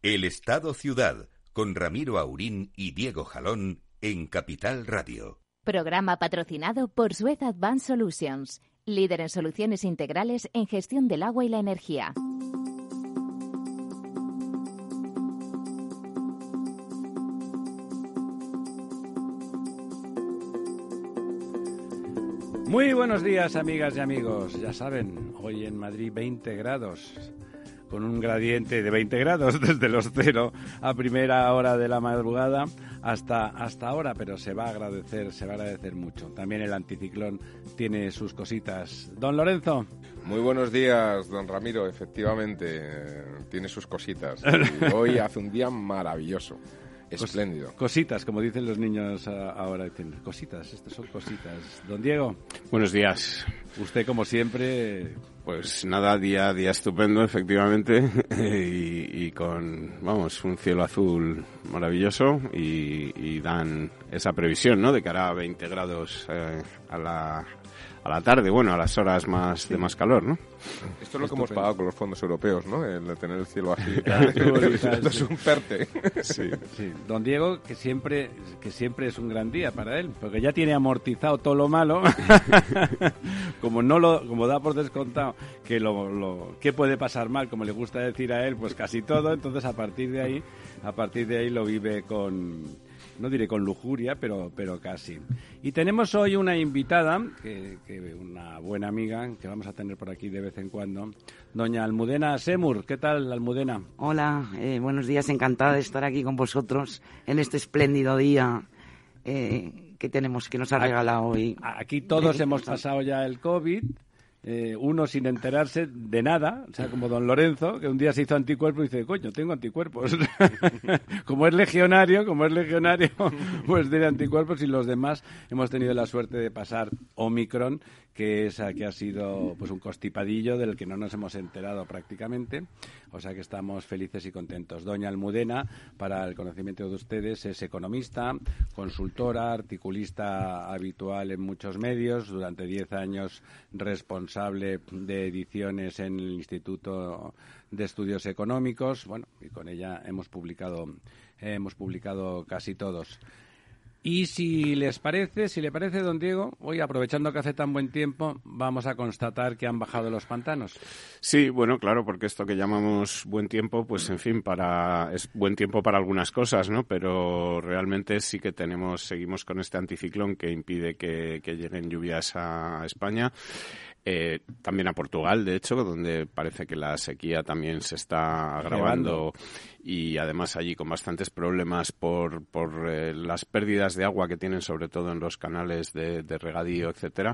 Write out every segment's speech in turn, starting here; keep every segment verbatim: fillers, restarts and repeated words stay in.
El Estado Ciudad, con Ramiro Aurín y Diego Jalón en Capital Radio. Programa patrocinado por Suez Advanced Solutions, líder en soluciones integrales en gestión del agua y la energía. Muy buenos días, amigas y amigos. Ya saben, hoy en Madrid veinte grados, con un gradiente de veinte grados desde los cero a primera hora de la madrugada hasta hasta ahora, pero se va a agradecer, se va a agradecer mucho. También el anticiclón tiene sus cositas. Don Lorenzo. Muy buenos días, don Ramiro. Efectivamente, eh, tiene sus cositas. Y hoy hace un día maravilloso. Espléndido. Cositas, como dicen los niños ahora, dicen cositas, estas son cositas. Don Diego. Buenos días. Usted, como siempre... Pues nada, día día estupendo, efectivamente, y, y con, vamos, un cielo azul maravilloso y, y dan esa previsión, ¿no?, de que hará veinte grados eh, a la... a la tarde, bueno, a las horas más de más calor, ¿no? Esto es lo que hemos pagado con los fondos europeos, ¿no? El de tener el cielo así. Esto es un perte. Sí. Sí. Don Diego, que siempre que siempre es un gran día para él, porque ya tiene amortizado todo lo malo. como no lo como da por descontado que lo, lo que puede pasar mal, como le gusta decir a él, pues casi todo, entonces a partir de ahí, a partir de ahí lo vive con, no diré con lujuria, pero pero casi. Y tenemos hoy una invitada, que, que una buena amiga, que vamos a tener por aquí de vez en cuando, doña Almudena Semur. ¿Qué tal, Almudena? Hola, eh, buenos días, encantada de estar aquí con vosotros en este espléndido día eh, que tenemos, que nos ha regalado hoy. Aquí todos hemos pasado ya el COVID. Eh, uno sin enterarse de nada, o sea, como don Lorenzo, que un día se hizo anticuerpos y dice, coño, tengo anticuerpos. como es legionario, como es legionario, pues tiene anticuerpos, y los demás hemos tenido la suerte de pasar Omicron, que es que ha sido pues un constipadillo del que no nos hemos enterado prácticamente, o sea que estamos felices y contentos. Doña Almudena, para el conocimiento de ustedes, es economista, consultora, articulista habitual en muchos medios, durante diez años responsable de ediciones en el Instituto de Estudios Económicos, bueno, y con ella hemos publicado, eh, hemos publicado casi todos. Y si les parece, si le parece, don Diego, hoy, aprovechando que hace tan buen tiempo, vamos a constatar que han bajado los pantanos. Sí, bueno, claro, porque esto que llamamos buen tiempo, pues en fin, para es buen tiempo para algunas cosas, ¿no? Pero realmente sí que tenemos, seguimos con este anticiclón que impide que, que lleguen lluvias a España. Eh, también a Portugal, de hecho, donde parece que la sequía también se está agravando, y además allí con bastantes problemas por, por eh, las pérdidas de agua que tienen, sobre todo en los canales de, de regadío, etcétera.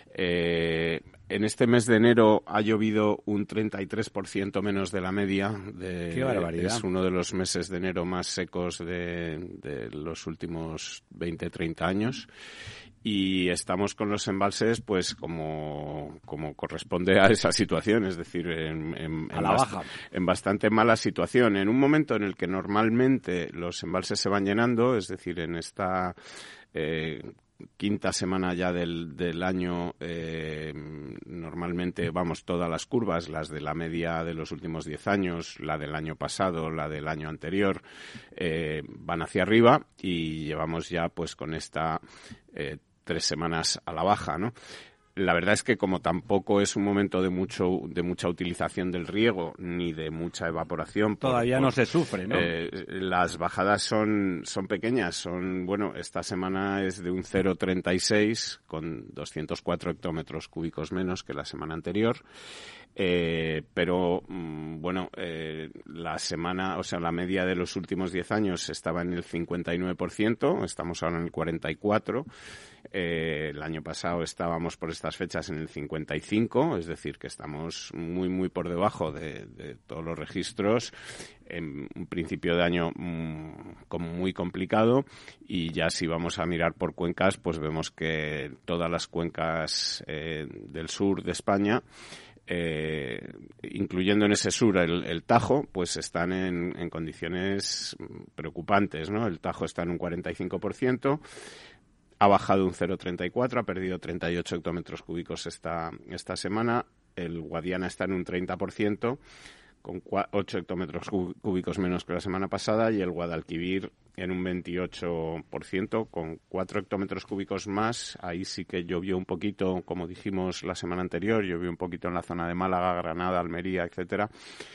Eh, en este mes de enero ha llovido un treinta y tres por ciento menos de la media. De, ¡Qué barbaridad! Es uno de los meses de enero más secos de, de los últimos veinte, treinta años. Y estamos con los embalses, pues como, como corresponde a esa situación, es decir, en, en, a la baja, en bastante mala situación. En un momento en el que normalmente los embalses se van llenando, es decir, en esta eh, quinta semana ya del, del año, eh, normalmente, vamos, todas las curvas, las de la media de los últimos diez años, la del año pasado, la del año anterior, eh, van hacia arriba, y llevamos ya, pues, con esta eh, tres semanas a la baja, ¿no? La verdad es que como tampoco es un momento de mucho de mucha utilización del riego ni de mucha evaporación, todavía por, no se sufre, ¿no? Eh, las bajadas son son pequeñas, son bueno, esta semana es de un cero coma treinta y seis con doscientos cuatro hectómetros cúbicos menos que la semana anterior. Eh, pero mmm, bueno, eh, la semana, o sea, la media de los últimos diez años estaba en el cincuenta y nueve por ciento, estamos ahora en el cuarenta y cuatro por ciento. Eh, el año pasado estábamos por estas fechas en el cincuenta y cinco por ciento, es decir, que estamos muy, muy por debajo de, de todos los registros. En un principio de año mmm, como muy complicado, y ya si vamos a mirar por cuencas, pues vemos que todas las cuencas eh, del sur de España, Eh, incluyendo en ese sur el, el Tajo, pues están en, en condiciones preocupantes, ¿no? El Tajo está en un cuarenta y cinco por ciento, ha bajado un cero coma treinta y cuatro, ha perdido treinta y ocho hectómetros cúbicos esta, esta semana. El Guadiana está en un treinta por ciento, con ocho hectómetros cúbicos menos que la semana pasada, y el Guadalquivir en un veintiocho por ciento, con cuatro hectómetros cúbicos más. Ahí sí que llovió un poquito, como dijimos la semana anterior, llovió un poquito en la zona de Málaga, Granada, Almería, etcétera.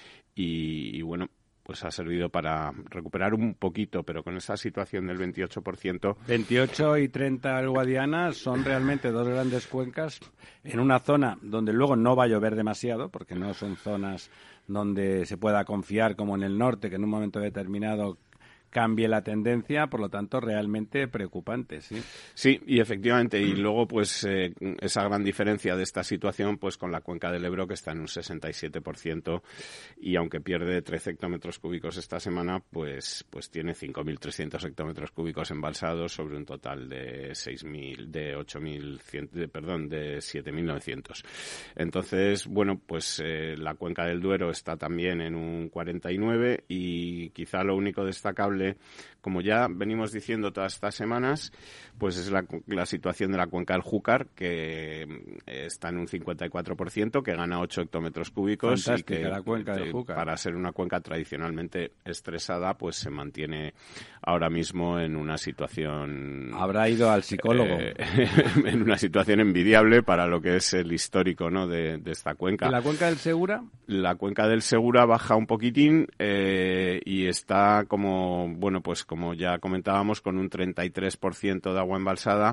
Y, y bueno, pues ha servido para recuperar un poquito, pero con esa situación del veintiocho por ciento. veintiocho y treinta el Guadiana son realmente dos grandes cuencas en una zona donde luego no va a llover demasiado, porque no son zonas donde se pueda confiar como en el norte, que en un momento determinado cambie la tendencia, por lo tanto, realmente preocupante, ¿sí? Sí, y efectivamente, y luego, pues, eh, esa gran diferencia de esta situación, pues, con la cuenca del Ebro, que está en un sesenta y siete por ciento, y aunque pierde trece hectómetros cúbicos esta semana, pues, pues tiene cinco mil trescientos hectómetros cúbicos embalsados sobre un total de seis mil, de ocho mil cien, de, perdón, de siete mil novecientos. Entonces, bueno, pues, eh, la cuenca del Duero está también en un cuarenta y nueve, y quizá lo único destacable, como ya venimos diciendo todas estas semanas, pues es la, la situación de la cuenca del Júcar, que está en un cincuenta y cuatro por ciento, que gana ocho hectómetros cúbicos. Fantástica y que la cuenca del Júcar. Para ser una cuenca tradicionalmente estresada, pues se mantiene ahora mismo en una situación... Habrá ido al psicólogo. Eh, en una situación envidiable para lo que es el histórico, ¿no?, de, de esta cuenca. ¿Y la cuenca del Segura? La cuenca del Segura baja un poquitín eh, y está como, bueno, pues como ya comentábamos, con un treinta y tres por ciento de agua embalsada,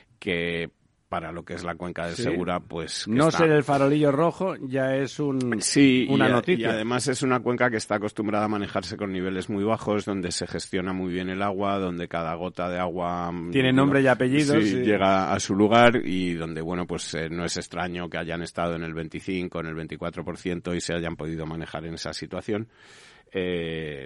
que para lo que es la cuenca del sí. Segura, pues... No está... ser el farolillo rojo ya es un, sí, una y a, noticia. Y además es una cuenca que está acostumbrada a manejarse con niveles muy bajos, donde se gestiona muy bien el agua, donde cada gota de agua... Tiene nombre digo, y apellido. Sí, sí. Llega a su lugar, y donde, bueno, pues eh, no es extraño que hayan estado en el veinticinco, en el veinticuatro por ciento y se hayan podido manejar en esa situación. Eh,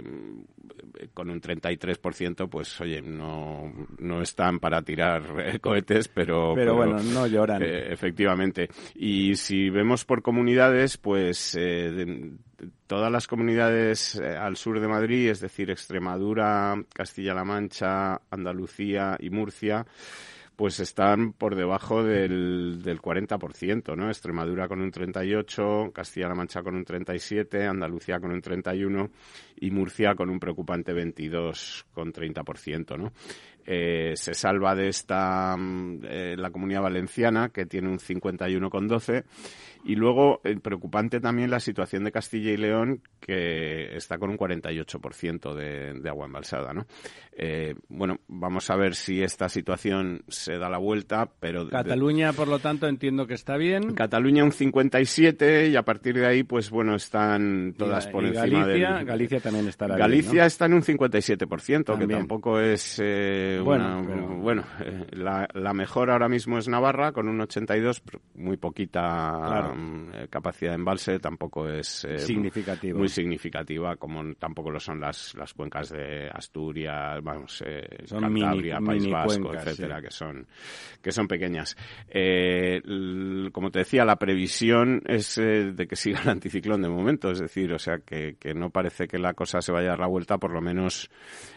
con un treinta y tres por ciento, pues oye, no, no están para tirar eh, cohetes, pero, pero... Pero bueno, no lloran. Eh, efectivamente. Y si vemos por comunidades, pues eh, de, todas las comunidades eh, al sur de Madrid, es decir, Extremadura, Castilla-La Mancha, Andalucía y Murcia, pues están por debajo del, del cuarenta por ciento, ¿no? Extremadura con un treinta y ocho, Castilla-La Mancha con un treinta y siete, Andalucía con un treinta y uno y Murcia con un preocupante veintidós coma treinta por ciento, ¿no? Eh, se salva de esta eh, la Comunidad Valenciana, que tiene un cincuenta y uno coma doce, y luego eh, preocupante también la situación de Castilla y León, que está con un cuarenta y ocho por ciento de, de agua embalsada, ¿no? Eh, bueno, vamos a ver si esta situación se da la vuelta, pero... Cataluña, de... por lo tanto, entiendo que está bien. Cataluña un cincuenta y siete, y a partir de ahí, pues bueno, están todas y, por y encima Galicia, del... Galicia también estará Galicia bien, ¿no? está en un cincuenta y siete por ciento, también. Que tampoco es eh, bueno, una... Pero... Bueno, eh, la, la mejor ahora mismo es Navarra, con un ochenta y dos, muy poquita claro. um, capacidad de embalse, tampoco es eh, significativa. muy significativa, como tampoco lo son las, las cuencas de Asturias, vamos, eh, son Cantabria, mini, País mini Vasco, cuencas, etcétera, sí. que son que son pequeñas. Eh, l, como te decía, la previsión es eh, de que siga el anticiclón de momento, es decir, o sea, que, que no parece que la cosa se vaya a dar la vuelta, por lo menos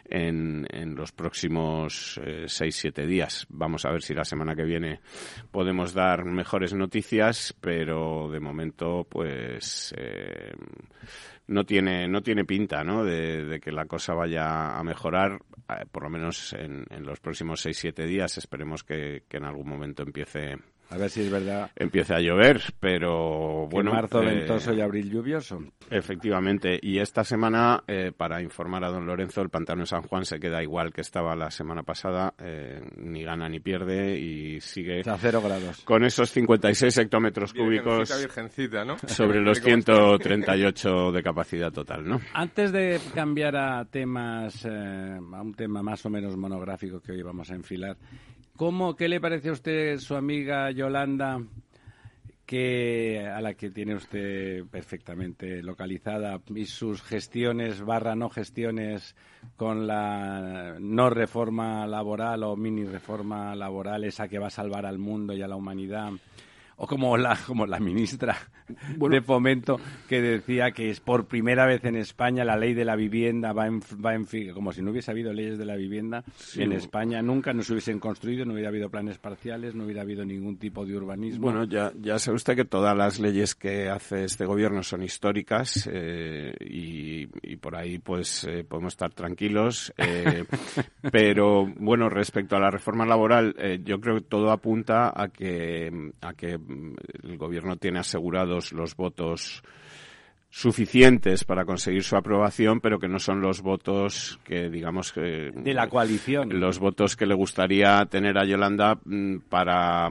en, en los próximos eh, seis, siete días. Vamos a ver si la semana que viene podemos dar mejores noticias, pero de momento, pues... Eh, no tiene no tiene pinta, ¿no?, de, de que la cosa vaya a mejorar, eh, por lo menos en, en los próximos seis siete días. Esperemos que, que en algún momento empiece a ver si es verdad empiece a llover, pero bueno, marzo eh, ventoso y abril lluvioso. Efectivamente. Y esta semana, eh, para informar a don Lorenzo, el pantano de San Juan se queda igual que estaba la semana pasada, eh, ni gana ni pierde, y sigue a cero grados con esos cincuenta y seis hectómetros cúbicos virgencita, ¿no? sobre los ciento treinta y ocho de capacidad total, ¿no? Antes de cambiar a temas, eh, a un tema más o menos monográfico que hoy vamos a enfilar, ¿cómo, qué le parece a usted su amiga Yolanda, que a la que tiene usted perfectamente localizada, y sus gestiones barra no gestiones con la no reforma laboral o mini reforma laboral, esa que va a salvar al mundo y a la humanidad? O como la como la ministra Bueno. de Fomento, que decía que es por primera vez en España la ley de la vivienda va en, va en como si no hubiese habido leyes de la vivienda Sí. en España nunca, no se hubiesen construido, no hubiera habido planes parciales, no hubiera habido ningún tipo de urbanismo. Bueno, ya, ya sabe usted que todas las leyes que hace este gobierno son históricas eh, y, y por ahí pues eh, podemos estar tranquilos. Eh, pero bueno, respecto a la reforma laboral, eh, yo creo que todo apunta a que a que el gobierno tiene asegurados los votos suficientes para conseguir su aprobación, pero que no son los votos que, digamos, que de la coalición. los votos que le gustaría tener a Yolanda mm, para,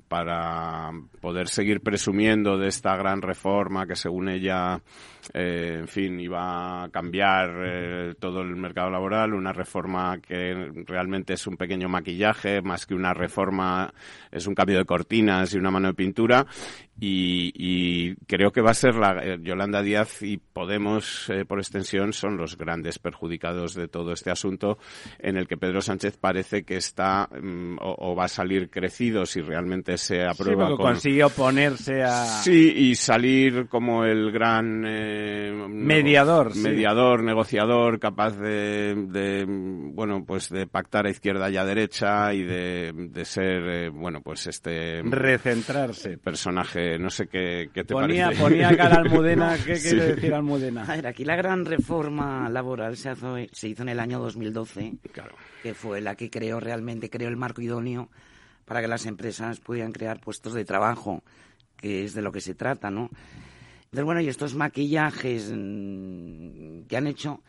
para poder seguir presumiendo de esta gran reforma que, según ella, eh, en fin, iba a cambiar eh, todo el mercado laboral, una reforma que realmente es un pequeño maquillaje, más que una reforma, es un cambio de cortinas y una mano de pintura, y, y creo que va a ser la eh, Yolanda Díaz y Podemos, eh, por extensión, son los grandes perjudicados de todo este asunto, en el que Pedro Sánchez parece que está mm, o, o va a salir crecido si realmente se aprueba. Sí, porque con... consigue oponerse a... Sí, y salir como el gran... Eh, mediador. nego- mediador, sí. negociador, capaz de, de, bueno, pues de pactar a izquierda y a derecha y de, de ser, eh, bueno, pues este... recentrarse. Personaje, no sé qué, qué te ponía, parece. Ponía cara a Almudena, ¿qué Sí. quiere decir Almudena? A ver, aquí la gran reforma laboral se hizo, se hizo en el año dos mil doce, Claro. que fue la que creó realmente, creó el marco idóneo para que las empresas pudieran crear puestos de trabajo, que es de lo que se trata, ¿no? Entonces, bueno, y estos maquillajes mmm, que han hecho,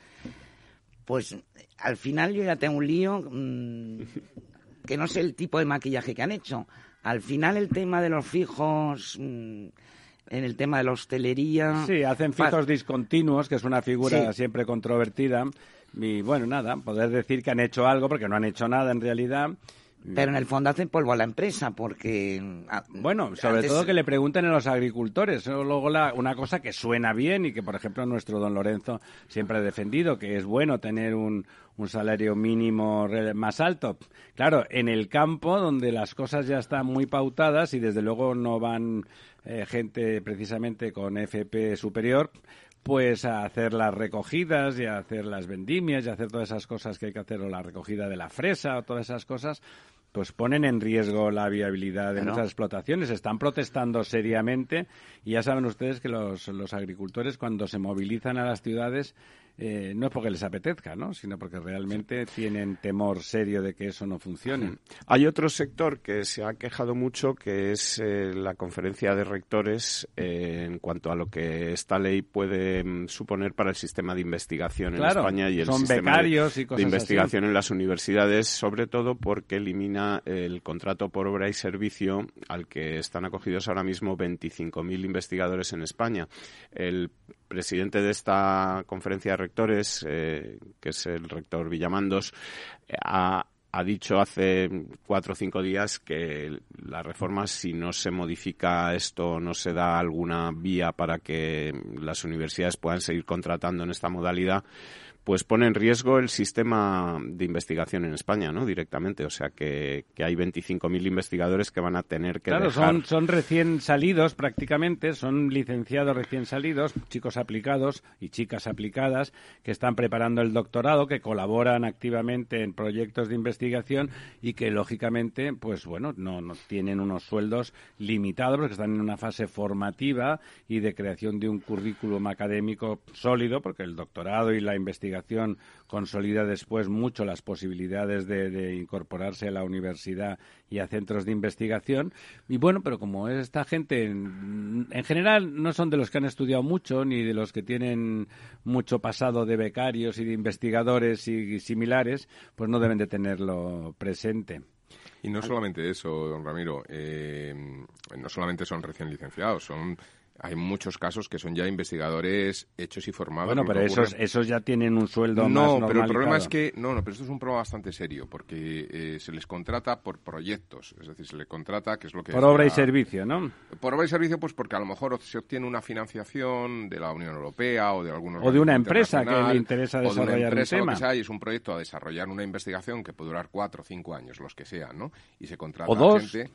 pues al final yo ya tengo un lío mmm, que no sé el tipo de maquillaje que han hecho. Al final el tema de los fijos... Mmm, en el tema de la hostelería... Sí, hacen fijos discontinuos, que es una figura Sí. siempre controvertida. Y bueno, nada, poder decir que han hecho algo, porque no han hecho nada en realidad. Pero en el fondo hacen polvo a la empresa, porque... Bueno, sobre antes... todo que le pregunten a los agricultores. Luego la, una cosa que suena bien y que, por ejemplo, nuestro don Lorenzo siempre ha defendido, que es bueno tener un, un salario mínimo más alto. Claro, en el campo, donde las cosas ya están muy pautadas y desde luego no van eh, gente precisamente con F P superior, pues a hacer las recogidas y a hacer las vendimias y a hacer todas esas cosas que hay que hacer, o la recogida de la fresa o todas esas cosas, pues ponen en riesgo la viabilidad de Claro. muchas explotaciones. Están protestando seriamente y ya saben ustedes que los, los agricultores, cuando se movilizan a las ciudades, eh, no es porque les apetezca, ¿no?, sino porque realmente tienen temor serio de que eso no funcione. Hay otro sector que se ha quejado mucho, que es eh, la conferencia de rectores eh, en cuanto a lo que esta ley puede mm, suponer para el sistema de investigación Claro, en España y el son sistema becarios de, y cosas de investigación así. en las universidades, sobre todo porque elimina el contrato por obra y servicio al que están acogidos ahora mismo veinticinco mil investigadores en España. El presidente de esta conferencia de rectores, eh, que es el rector Villamandos, eh, ha, ha dicho hace cuatro o cinco días que la reforma, si no se modifica esto, no se da alguna vía para que las universidades puedan seguir contratando en esta modalidad, pues pone en riesgo el sistema de investigación en España, ¿no?, directamente. O sea, que, que hay veinticinco mil investigadores que van a tener que Claro, dejar... son, son recién salidos prácticamente, son licenciados recién salidos, chicos aplicados y chicas aplicadas que están preparando el doctorado, que colaboran activamente en proyectos de investigación y que, lógicamente, pues bueno, no, no tienen unos sueldos limitados porque están en una fase formativa y de creación de un currículum académico sólido, porque el doctorado y la investigación consolida después mucho las posibilidades de, de incorporarse a la universidad y a centros de investigación. Y bueno, pero como esta gente en, en general no son de los que han estudiado mucho ni de los que tienen mucho pasado de becarios y de investigadores y, y similares, pues no deben de tenerlo presente. Y no solamente eso, don Ramiro, eh, no solamente son recién licenciados, son... Hay muchos casos que son ya investigadores hechos y formados. Bueno, pero esos, esos ya tienen un sueldo más normalizado. No, pero el problema es que... No, no, pero esto es un problema bastante serio, porque eh, se les contrata por proyectos. Es decir, se les contrata, que es lo que... Por obra y servicio, ¿no? Por obra y servicio, pues porque a lo mejor se obtiene una financiación de la Unión Europea o de algunos... O de una empresa que le interesa desarrollar o de una empresa, un tema. Lo que sea, y es un proyecto a desarrollar una investigación que puede durar cuatro o cinco años, los que sean, ¿no? Y se contrata o dos. gente...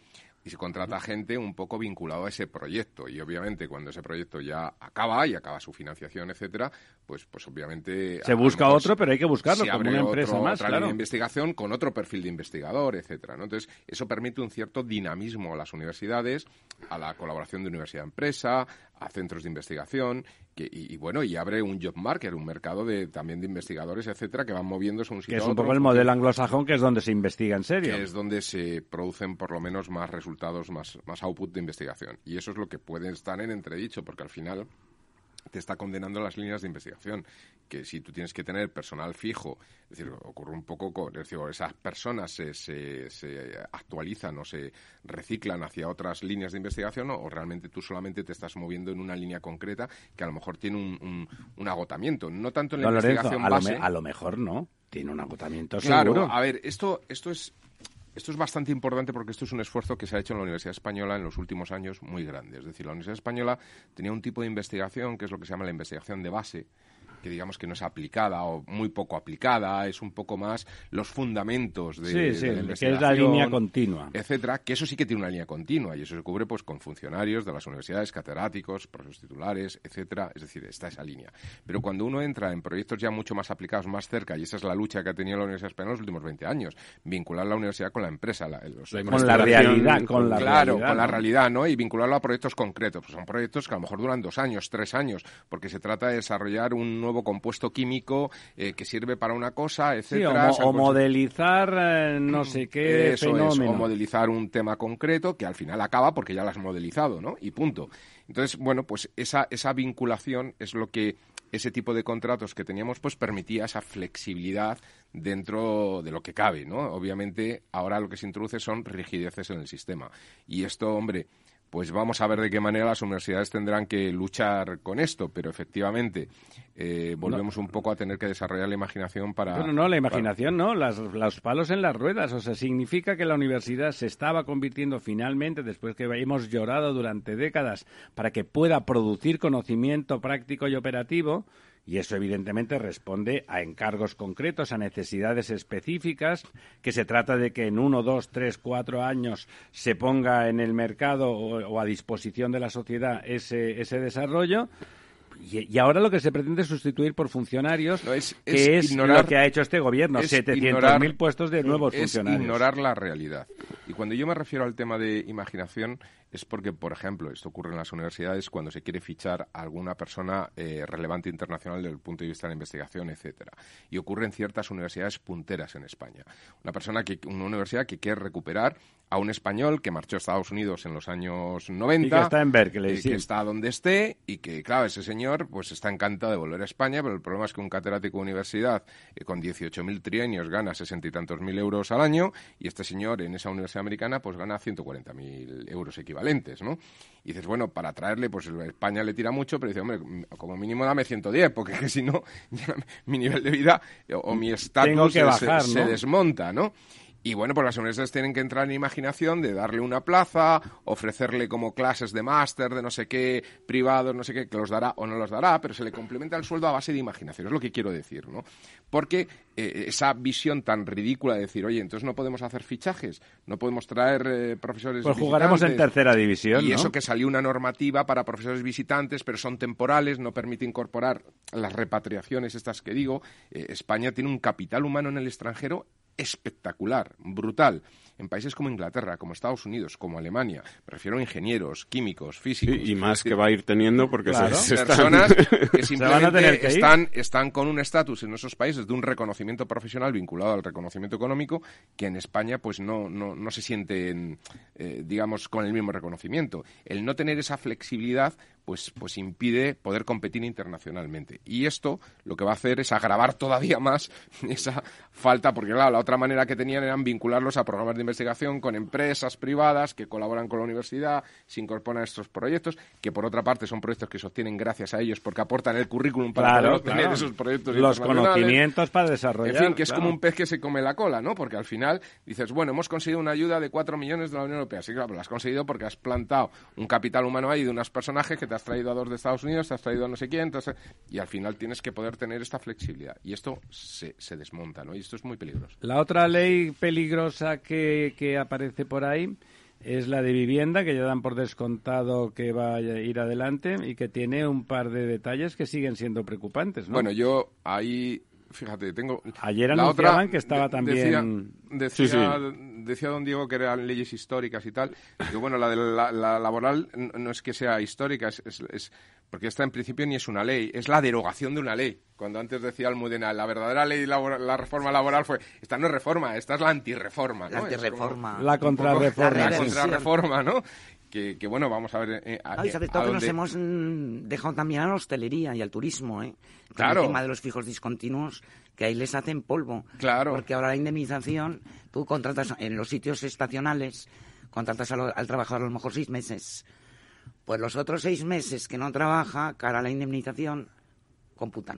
y se contrata gente un poco vinculado a ese proyecto. Y obviamente cuando ese proyecto ya acaba y acaba su financiación, etcétera, pues pues obviamente... Se busca otro, pero hay que buscarlo como una empresa otro, más, otra claro. línea de investigación con otro perfil de investigador, etcétera, ¿no? Entonces, eso permite un cierto dinamismo a las universidades, a la colaboración de universidad-empresa, a centros de investigación, que, y, y bueno, y abre un job market, un mercado de también de investigadores, etcétera, que van moviéndose un sitio Que es a un otro, poco el modelo anglosajón, que es donde se investiga en serio. que es donde se producen por lo menos más resultados, más, más output de investigación. Y eso es lo que puede estar en entredicho, porque al final te está condenando las líneas de investigación, que si tú tienes que tener personal fijo, es decir, ocurre un poco con, es decir, esas personas se, se, se actualizan o se reciclan hacia otras líneas de investigación, o, o realmente tú solamente te estás moviendo en una línea concreta que a lo mejor tiene un, un, un agotamiento, no tanto en la No, investigación Lorenzo, a base. Lo me, a lo mejor no, tiene un agotamiento Claro, seguro. a ver, esto, esto es... Esto es bastante importante porque esto es un esfuerzo que se ha hecho en la Universidad Española en los últimos años muy grande. Es decir, la Universidad Española tenía un tipo de investigación que es lo que se llama la investigación de base, que digamos que no es aplicada o muy poco aplicada, es un poco más los fundamentos de, sí, sí, de la que investigación, es la línea continua, etcétera, que eso sí que tiene una línea continua y eso se cubre pues con funcionarios de las universidades, catedráticos, profesores titulares, etcétera, es decir, está esa línea. Pero cuando uno entra en proyectos ya mucho más aplicados, más cerca, y esa es la lucha que ha tenido la Universidad Española en los últimos veinte años, vincular la universidad con la empresa, la, los, con la realidad, con la claro, realidad, con la ¿no? realidad, ¿no? Y vincularlo a proyectos concretos. Pues son proyectos que a lo mejor duran dos años, tres años, porque se trata de desarrollar un nuevo compuesto químico eh, que sirve para una cosa, etcétera. Sí, o, mo- o modelizar eh, no sé qué Eso fenómeno. es, o modelizar un tema concreto que al final acaba porque ya lo has modelizado, ¿no? Y punto. Entonces, bueno, pues esa, esa vinculación es lo que ese tipo de contratos que teníamos pues permitía esa flexibilidad dentro de lo que cabe, ¿no? Obviamente, ahora lo que se introduce son rigideces en el sistema. Y esto, hombre, pues vamos a ver de qué manera las universidades tendrán que luchar con esto, pero efectivamente eh, volvemos no. un poco a tener que desarrollar la imaginación para... Bueno, no, la imaginación para... no, las, los palos en las ruedas, o sea, significa que la universidad se estaba convirtiendo finalmente, después que hemos llorado durante décadas, para que pueda producir conocimiento práctico y operativo. Y eso, evidentemente, responde a encargos concretos, a necesidades específicas, que se trata de que en uno, dos, tres, cuatro años se ponga en el mercado o, o a disposición de la sociedad ese, ese desarrollo. Y, y ahora lo que se pretende es sustituir por funcionarios, no, es, es que es ignorar, lo que ha hecho este gobierno, setecientos mil puestos de nuevos es funcionarios. Es ignorar la realidad. Y cuando yo me refiero al tema de imaginación, es porque, por ejemplo, esto ocurre en las universidades cuando se quiere fichar a alguna persona eh, relevante internacional desde el punto de vista de la investigación, etcétera. Y ocurre en ciertas universidades punteras en España. Una persona que, una universidad que quiere recuperar a un español que marchó a Estados Unidos en los años noventa. Y que está en Berkeley, eh, sí. Que está donde esté y que, claro, ese señor pues está encantado de volver a España, pero el problema es que un catedrático de universidad eh, con dieciocho mil trienios gana sesenta y tantos mil euros al año y este señor en esa universidad americana pues gana ciento cuarenta mil euros equivalentes, ¿no? Y dices, bueno, para traerle, pues España le tira mucho, pero dice, hombre, como mínimo dame ciento diez, porque es que si no, ya mi nivel de vida o, o mi estatus se, bajar, se, ¿no? se desmonta, ¿no? Y bueno, pues las universidades tienen que entrar en imaginación de darle una plaza, ofrecerle como clases de máster, de no sé qué, privados, no sé qué, que los dará o no los dará, pero se le complementa el sueldo a base de imaginación, es lo que quiero decir, ¿no? Porque eh, esa visión tan ridícula de decir, oye, entonces no podemos hacer fichajes, no podemos traer eh, profesores pues visitantes. Jugaremos en tercera división, Y ¿no? eso que salió una normativa para profesores visitantes, pero son temporales, no permite incorporar las repatriaciones estas que digo. Eh, España tiene un capital humano en el extranjero espectacular, brutal, en países como Inglaterra, como Estados Unidos, como Alemania. Me refiero a ingenieros, químicos, físicos. Sí, y más que va a ir teniendo porque claro. se, se personas están... que simplemente que están, están con un estatus en esos países de un reconocimiento profesional vinculado al reconocimiento económico que en España pues no, no, no se sienten, eh, digamos, con el mismo reconocimiento. El no tener esa flexibilidad pues, pues impide poder competir internacionalmente. Y esto lo que va a hacer es agravar todavía más esa falta, porque claro, la otra manera que tenían eran vincularlos a programas de investigación con empresas privadas que colaboran con la universidad, se incorporan a estos proyectos, que por otra parte son proyectos que se obtienen gracias a ellos porque aportan el currículum para claro, poder obtener claro. esos proyectos los conocimientos para desarrollar. En fin, que es claro. como un pez que se come la cola, ¿no? Porque al final dices, bueno, hemos conseguido una ayuda de cuatro millones de la Unión Europea. Sí, claro, pero lo has conseguido porque has plantado un capital humano ahí de unos personajes que te has traído a dos de Estados Unidos, te has traído a no sé quién, entonces, y al final tienes que poder tener esta flexibilidad. Y esto se, se desmonta, ¿no? Y esto es muy peligroso. La otra ley peligrosa que, que aparece por ahí es la de vivienda, que ya dan por descontado que va a ir adelante y que tiene un par de detalles que siguen siendo preocupantes, ¿no? Bueno, yo ahí, fíjate, tengo... Ayer la anunciaban otra, que estaba de, también... Decía, decía, sí, sí. decía don Diego que eran leyes históricas y tal. Digo, bueno, la de la, la laboral no es que sea histórica, es, es, es porque esta en principio ni es una ley, es la derogación de una ley. Cuando antes decía Almudena, la verdadera ley, laboral, la reforma laboral fue, esta no es reforma, esta es la antirreforma, ¿no? La antirreforma. La contrarreforma. La contrarreforma, ¿no? Que, que bueno, vamos a ver... Eh, a, no, y sobre todo que dónde... nos hemos mm, dejado también a la hostelería y al turismo, ¿eh? Con Claro. el tema de los fijos discontinuos, que ahí les hacen polvo. Claro. Porque ahora la indemnización, tú contratas en los sitios estacionales, contratas al, al trabajador a lo mejor seis meses. Pues los otros seis meses que no trabaja, cara a la indemnización, computan.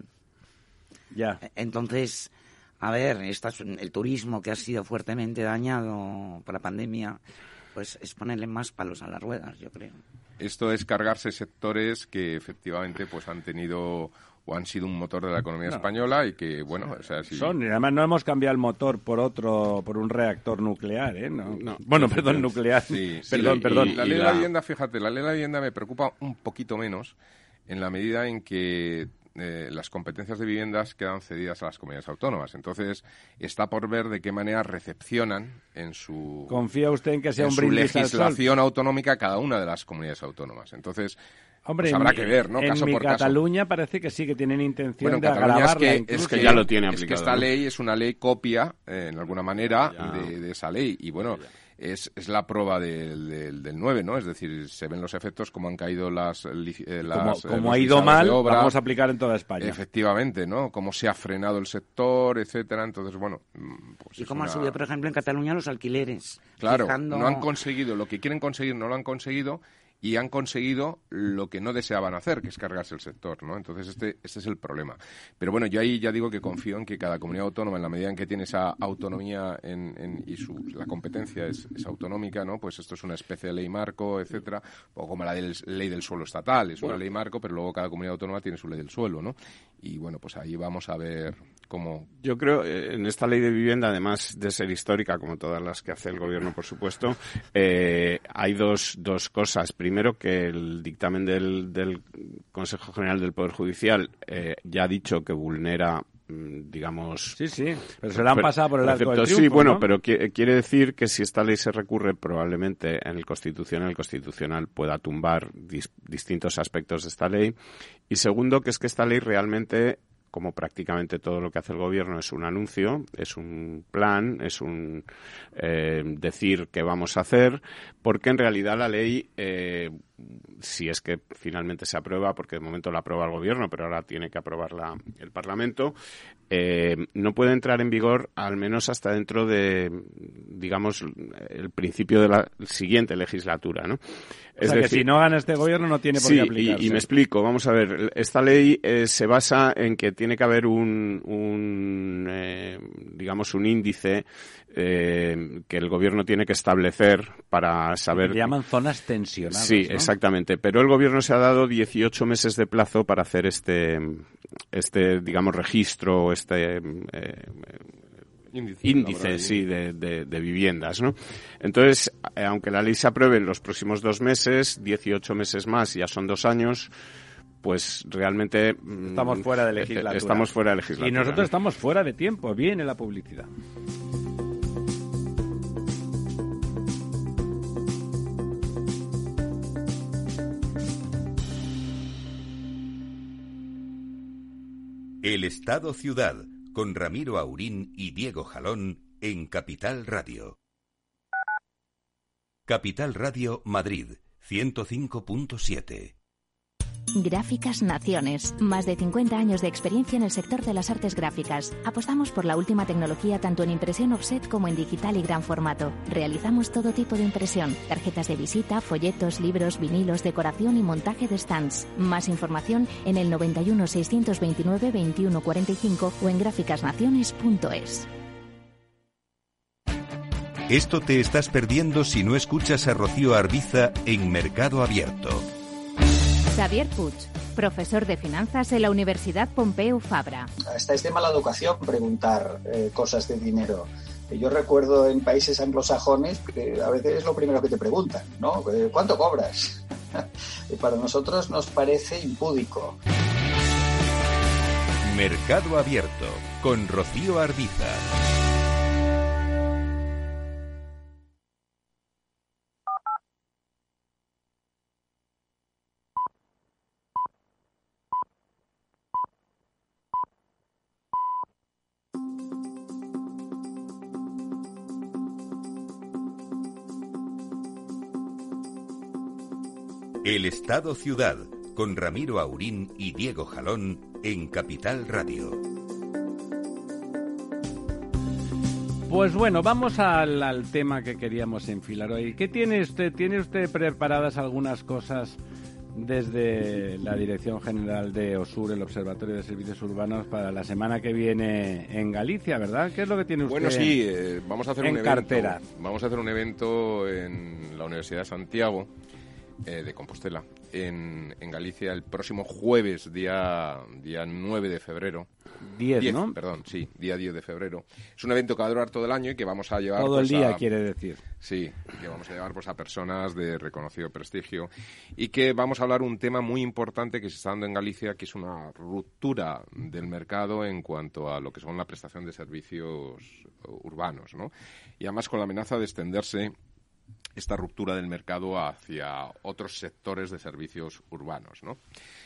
Ya. Entonces, a ver, esta es el turismo que ha sido fuertemente dañado por la pandemia, pues es ponerle más palos a las ruedas, yo creo. Esto es cargarse sectores que efectivamente pues han tenido o han sido un motor de la economía no. española y que, bueno, o sea, si... Son, y además no hemos cambiado el motor por otro, por un reactor nuclear, ¿eh? No. No. Bueno, perdón, nuclear. Sí, sí, perdón, y, perdón. Y la Y ley de la- la vivienda, fíjate, la ley de la vivienda me preocupa un poquito menos en la medida en que eh, las competencias de viviendas quedan cedidas a las comunidades autónomas. Entonces, está por ver de qué manera recepcionan en su, ¿Confía usted en que sea en un su brindis al sol? legislación autonómica cada una de las comunidades autónomas. Entonces, Hombre, pues habrá en, que ver, ¿no? En Caso mi por caso. Cataluña parece que sí que tienen intención Bueno, en de Cataluña es agravarla que, incluso. es que ya lo tiene es que aplicado, esta ¿no? ley es una ley copia, eh, en alguna manera, Ya. de, de esa ley. Y bueno, es, es la prueba del, del, del nueve, ¿no? Es decir, se ven los efectos, cómo han caído las... lic- eh, Como, las, eh, como los ha ido visados mal, de obra. vamos a aplicar en toda España. Efectivamente, ¿no? Cómo se ha frenado el sector, etcétera. Entonces, bueno, mm, pues Y es cómo han una- subido, por ejemplo, en Cataluña los alquileres. Claro, fijando- no han conseguido lo que quieren conseguir, no lo han conseguido y han conseguido lo que no deseaban hacer, que es cargarse el sector, ¿no? Entonces este, este es el problema. Pero bueno, yo ahí ya digo que confío en que cada comunidad autónoma, en la medida en que tiene esa autonomía en, en- y su, la competencia es, es autonómica, ¿no? Pues esto es una especie de ley marco, etcétera, o como la del- ley del suelo estatal, es una ley marco, pero luego cada comunidad autónoma tiene su ley del suelo, ¿no? Y bueno, pues ahí vamos a ver cómo... Yo creo, eh, en esta ley de vivienda, además de ser histórica, como todas las que hace el Gobierno, por supuesto, eh, hay dos, dos cosas. Primero, que el dictamen del, del Consejo General del Poder Judicial eh, ya ha dicho que vulnera, mm, digamos... Sí, sí, pero se la han Pre- pasado por el arco del preceptos. triunfo, Sí, bueno, ¿no? pero qui- quiere decir que si esta ley se recurre, probablemente en el Constitucional, el Constitucional pueda tumbar dis- distintos aspectos de esta ley. Y segundo, que es que esta ley realmente, como prácticamente todo lo que hace el Gobierno, es un anuncio, es un plan, es un eh, decir qué vamos a hacer, porque en realidad la ley, eh, si es que finalmente se aprueba, porque de momento la aprueba el Gobierno, pero ahora tiene que aprobarla el Parlamento, eh, no puede entrar en vigor al menos hasta dentro de, digamos, el principio de la siguiente legislatura, ¿no? O sea, que si no gana este gobierno no tiene por sí, qué aplicarse. y, y me explico. Vamos a ver. Esta ley eh, se basa en que tiene que haber un, un eh, digamos, un índice eh, que el gobierno tiene que establecer para saber... Le llaman zonas tensionadas, Sí, ¿no? exactamente. Pero el gobierno se ha dado dieciocho meses de plazo para hacer este, este, digamos, registro, este... Eh, Índice, índice, laboral, sí, de, de, de viviendas, ¿no? Entonces, eh, aunque la ley se apruebe en los próximos dos meses, dieciocho meses más, ya son dos años, pues realmente... mm, Estamos fuera de eh, legislatura. Estamos fuera de legislatura. Y nosotros ¿no? estamos fuera de tiempo. Viene la publicidad. El Estado Ciudad, con Ramiro Aurín y Diego Jalón en Capital Radio. Capital Radio Madrid, ciento cinco punto siete. Gráficas Naciones. Más de cincuenta años de experiencia en el sector de las artes gráficas. Apostamos por la última tecnología tanto en impresión offset como en digital y gran formato. Realizamos todo tipo de impresión. Tarjetas de visita, folletos, libros, vinilos, decoración y montaje de stands. Más información en el noventa y uno, seiscientos veintinueve, veintiuno cuarenta y cinco o en gráficas naciones punto es. Esto te estás perdiendo si no escuchas a Rocío Arbiza en Mercado Abierto. Xavier Puig, profesor de finanzas en la Universidad Pompeu Fabra. Hasta es de mala educación preguntar eh, cosas de dinero. Yo recuerdo en países anglosajones que a veces es lo primero que te preguntan, ¿no? ¿Cuánto cobras? Y para nosotros nos parece impúdico. Mercado Abierto con Rocío Arbiza. El Estado Ciudad, con Ramiro Aurín y Diego Jalón en Capital Radio. Pues bueno, vamos al, al tema que queríamos enfilar hoy. ¿Qué tiene usted? ¿Tiene usted preparadas algunas cosas desde la Dirección General de OSUR, el Observatorio de Servicios Urbanos, para la semana que viene en Galicia, verdad? ¿Qué es lo que tiene usted Bueno, sí, eh, vamos a hacer en un evento, cartera? Vamos a hacer un evento en la Universidad de Santiago, eh, de Compostela, en, en Galicia, el próximo jueves, día, día nueve de febrero. diez, diez, ¿no? Perdón, sí, día diez de febrero. Es un evento que va a durar todo el año y que vamos a llevar... Todo pues, el día, a, quiere decir. Sí, que vamos a llevar pues, a personas de reconocido prestigio y que vamos a hablar un tema muy importante que se está dando en Galicia, que es una ruptura del mercado en cuanto a lo que son la prestación de servicios urbanos, ¿no? Y además con la amenaza de extenderse esta ruptura del mercado hacia otros sectores de servicios urbanos, ¿no?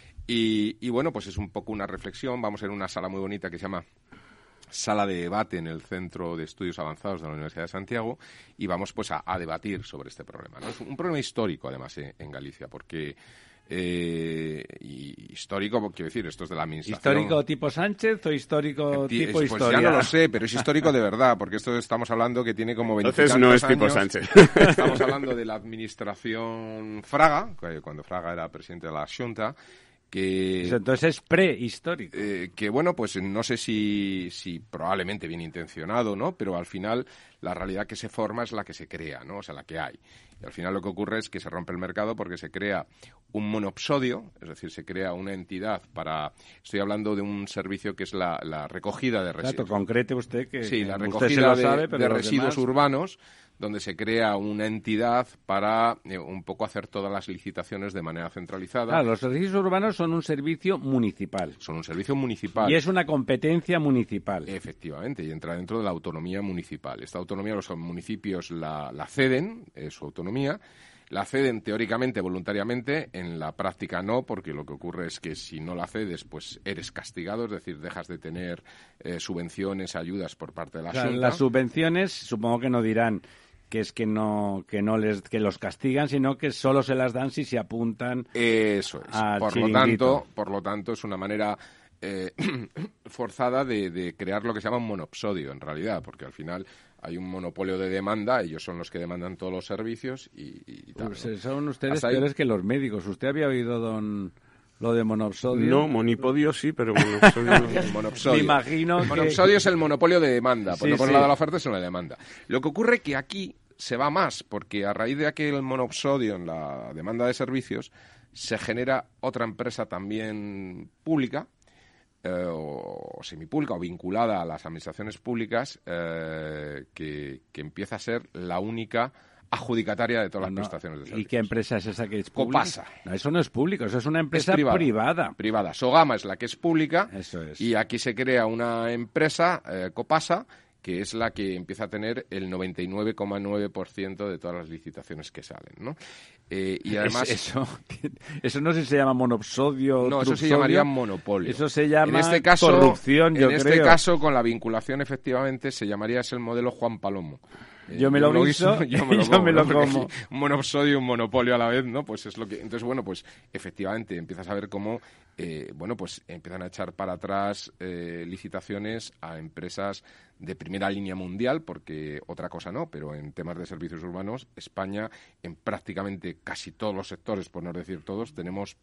Y, y bueno, pues es un poco una reflexión. Vamos a ir a una sala muy bonita que se llama Sala de Debate en el Centro de Estudios Avanzados de la Universidad de Santiago y vamos pues a, a debatir sobre este problema, ¿no? Es un problema histórico, además, eh, en Galicia, porque... Eh, y histórico, quiero decir, esto es de la administración. ¿Histórico tipo Sánchez o histórico Ti- tipo pues historia? ya no lo sé, pero es histórico de verdad, porque esto estamos hablando que tiene como veinte Entonces no es tipo Sánchez. Estamos hablando de la administración Fraga, cuando Fraga era presidente de la Xunta, que... Entonces es prehistórico. Eh, que bueno, pues no sé si, si probablemente bien intencionado, ¿no? Pero al final la realidad que se forma es la que se crea, ¿no? O sea, la que hay. Y al final lo que ocurre es que se rompe el mercado porque se crea un monopsodio, es decir, se crea una entidad para... Estoy hablando de un servicio que es la, la recogida de residuos. Exacto, concrete usted que Sí, la usted recogida se lo de, sabe, pero de los residuos demás... urbanos, donde se crea una entidad para eh, un poco hacer todas las licitaciones de manera centralizada. Claro, los servicios urbanos son un servicio municipal. Son un servicio municipal. Y es una competencia municipal. Efectivamente, y entra dentro de la autonomía municipal. Esta autonomía los municipios la, la ceden, es su autonomía. La ceden teóricamente, voluntariamente, en la práctica no, porque lo que ocurre es que si no la cedes, pues eres castigado, es decir, dejas de tener eh, subvenciones, ayudas por parte de la O sea, Xunta. las subvenciones, supongo que no dirán que es que no que no les que los castigan, sino que solo se las dan si se apuntan. Eso es. al Por lo chiringuito. tanto, por lo tanto, es una manera eh, forzada de, de crear lo que se llama un monopsodio, en realidad, porque al final hay un monopolio de demanda, ellos son los que demandan todos los servicios y, y tal, Pues, ¿no? eh, son ustedes Hasta ahí- peores que los médicos. ¿Usted había oído, don, lo de monopsodio? No, monipodio sí, pero monopsodio no. El monopsodio. Me imagino El que... monopsodio es el monopolio de demanda. Por Sí, no por el sí. lado de la oferta, sino la demanda. Lo que ocurre es que aquí se va más, porque a raíz de aquel monopsodio en la demanda de servicios, se genera otra empresa también pública, eh, o semipública, o vinculada a las administraciones públicas, eh, que, que empieza a ser la única adjudicataria de todas No, las prestaciones de servicios. ¿Y qué empresa es esa que es pública? Copasa. No, eso no es público, eso es una Es empresa privada. privada. Privada. Sogama es la que es pública. Eso es. Y aquí se crea una empresa, eh, Copasa, que es la que empieza a tener el noventa y nueve coma nueve por ciento de todas las licitaciones que salen, ¿no? Eh, y además... Es- eso, eso no sé si se llama monopsodio. No, eso se trupsodio. llamaría monopolio. Eso se llama en este caso, corrupción, yo En este creo. caso, con la vinculación, efectivamente, se llamaría es el modelo Juan Palomo. Eh, Yo me lo guiso yo me y lo, yo como, me lo ¿no? Porque como. aquí un monopsodio y un monopolio a la vez, ¿no? Pues es lo que... Entonces, bueno, pues efectivamente empiezas a ver cómo, eh, bueno, pues empiezan a echar para atrás eh, licitaciones a empresas de primera línea mundial, porque otra cosa no, pero en temas de servicios urbanos, España, en prácticamente casi todos los sectores, por no decir todos, tenemos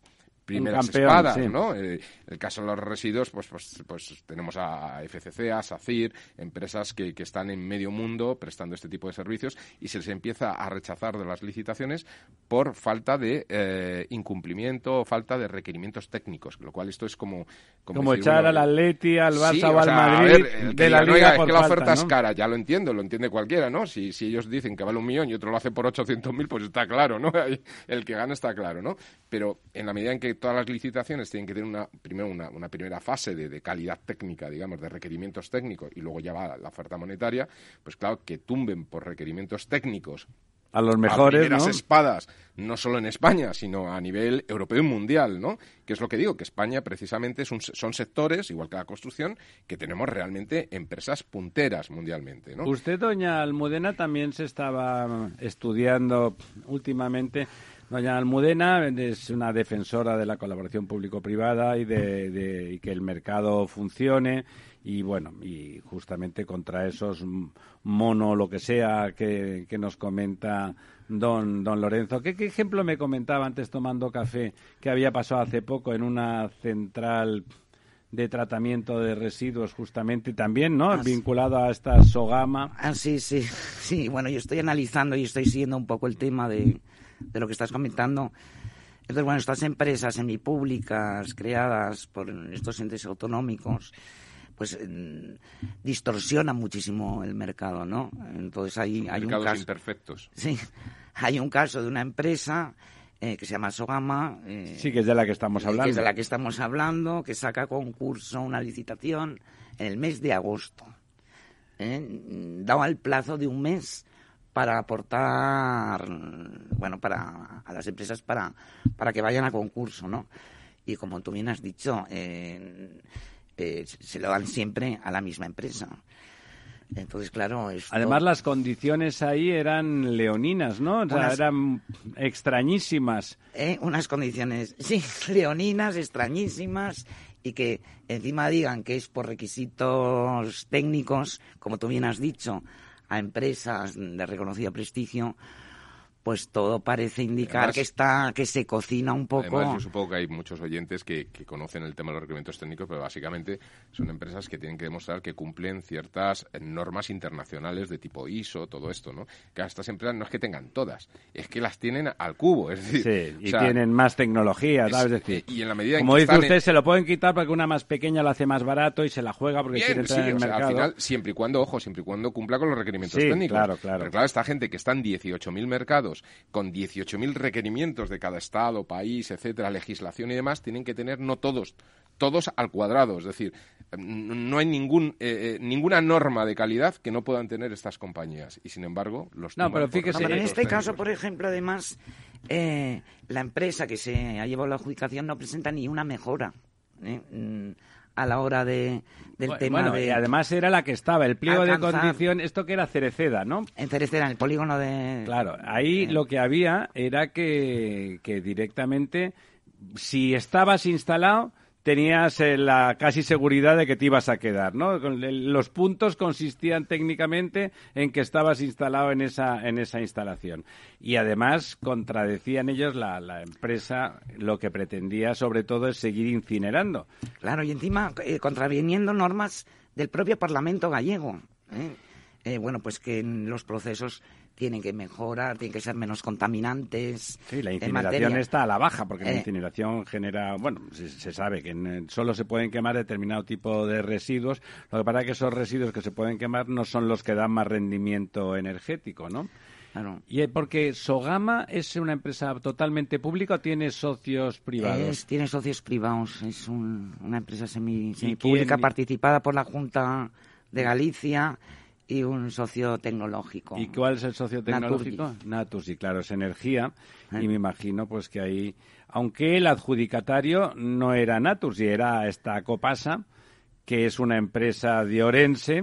primeras campeón, espadas, sí. ¿no? Eh, el caso de los residuos, pues, pues, pues tenemos a F C C, a SACIR, empresas que, que están en medio mundo prestando este tipo de servicios y se les empieza a rechazar de las licitaciones por falta de eh, incumplimiento o falta de requerimientos técnicos, lo cual esto es como... Como, como decir, echar bueno, al Atleti, al Barça sí, o o al sea, Madrid a ver, el que de la diga, Liga "No, por es que la falta, oferta ¿no? es cara", ya lo entiendo, lo entiende cualquiera, ¿no? Si, si ellos dicen que vale un millón y otro lo hace por ochocientos mil, pues está claro, ¿no? El que gana está claro, ¿no? Pero en la medida en que todas las licitaciones tienen que tener una, primero una, una primera fase de, de calidad técnica, digamos, de requerimientos técnicos, y luego ya va la oferta monetaria, pues claro, que tumben por requerimientos técnicos a los mejores, a primeras ¿no? espadas, no solo en España, sino a nivel europeo y mundial, ¿no? Que es lo que digo, que España precisamente es un, son sectores, igual que la construcción, que tenemos realmente empresas punteras mundialmente, ¿no? Usted, doña Almudena, también se estaba estudiando últimamente. Doña Almudena es una defensora de la colaboración público-privada y de, de y que el mercado funcione y bueno, y justamente contra esos mono lo que sea que, que nos comenta don don Lorenzo. ¿Qué, ¿Qué ejemplo me comentaba antes tomando café que había pasado hace poco en una central de tratamiento de residuos justamente también, ¿no? Ah, vinculado a esta Sogama? Ah, sí, sí, sí. Bueno, yo estoy analizando y estoy siguiendo un poco el tema de de lo que estás comentando. Entonces, bueno, estas empresas semipúblicas creadas por estos entes autonómicos, pues eh, distorsionan muchísimo el mercado, ¿no? Entonces hay, hay un caso... imperfectos. Sí, hay un caso de una empresa eh, que se llama Sogama. Eh, sí, que es de la que estamos hablando. Que es de la que estamos hablando, que saca a concurso una licitación en el mes de agosto. Eh, daba el plazo de un mes para aportar, bueno, para a las empresas para, para que vayan a concurso, ¿no? Y como tú bien has dicho, eh, eh, se lo dan siempre a la misma empresa. Entonces, claro... Esto... Además, las condiciones ahí eran leoninas, ¿no? O sea, unas... eran extrañísimas. Eh, unas condiciones, sí, leoninas, extrañísimas, y que encima digan que es por requisitos técnicos, como tú bien has dicho, a empresas de reconocido prestigio, pues todo parece indicar además, que está que se cocina un poco. Además, yo supongo que hay muchos oyentes que, que conocen el tema de los requerimientos técnicos, pero básicamente son empresas que tienen que demostrar que cumplen ciertas normas internacionales de tipo I S O, todo esto, ¿no? Que a estas empresas no es que tengan todas, es que las tienen al cubo, es decir... Sí, y o sea, tienen más tecnología, ¿sabes? Es decir, y en la medida como en que dice usted, en... se lo pueden quitar porque una más pequeña la hace más barato y se la juega porque Bien, quiere entrar sí, en el o sea, mercado. al final, siempre y cuando, ojo, siempre y cuando cumpla con los requerimientos sí, técnicos. claro, claro. Pero claro, esta gente que está en dieciocho mil mercados, con dieciocho mil requerimientos de cada estado, país, etcétera, legislación y demás, tienen que tener, no todos, todos al cuadrado. Es decir, no hay ningún eh, ninguna norma de calidad que no puedan tener estas compañías. Y sin embargo, los No, pero fíjese, no, pero en este técnicos. caso, por ejemplo, además, eh, la empresa que se ha llevado la adjudicación no presenta ni una mejora ¿eh? a la hora de, del bueno, tema bueno, de... y además era la que estaba, el pliego alcanzar... de condición, esto que era Cereceda, ¿no? En Cereceda, en el polígono de... Claro, ahí eh... lo que había era que, que directamente, si estabas instalado, tenías eh, la casi seguridad de que te ibas a quedar, ¿no? Los puntos consistían técnicamente en que estabas instalado en esa en esa instalación. Y además contradecían ellos, la, la empresa, lo que pretendía sobre todo es seguir incinerando. Claro, y encima eh, contraviniendo normas del propio Parlamento gallego. ¿eh? Eh, bueno, pues que en los procesos tienen que mejorar, tienen que ser menos contaminantes. Sí, la incineración está a la baja, porque eh, la incineración genera, bueno, se, se sabe que en, solo se pueden quemar determinado tipo de residuos. Lo que pasa es que esos residuos que se pueden quemar no son los que dan más rendimiento energético, ¿no? Claro. Y porque Sogama es una empresa totalmente pública o tiene socios privados. Es, tiene socios privados, es un, una empresa semi, semipública participada por la Junta de Galicia y un socio tecnológico. ¿Y cuál es el socio tecnológico? Naturgy, Naturgy claro, es energía. ¿Eh? Y me imagino pues que ahí, aunque el adjudicatario no era Naturgy, era esta Copasa, que es una empresa de Orense,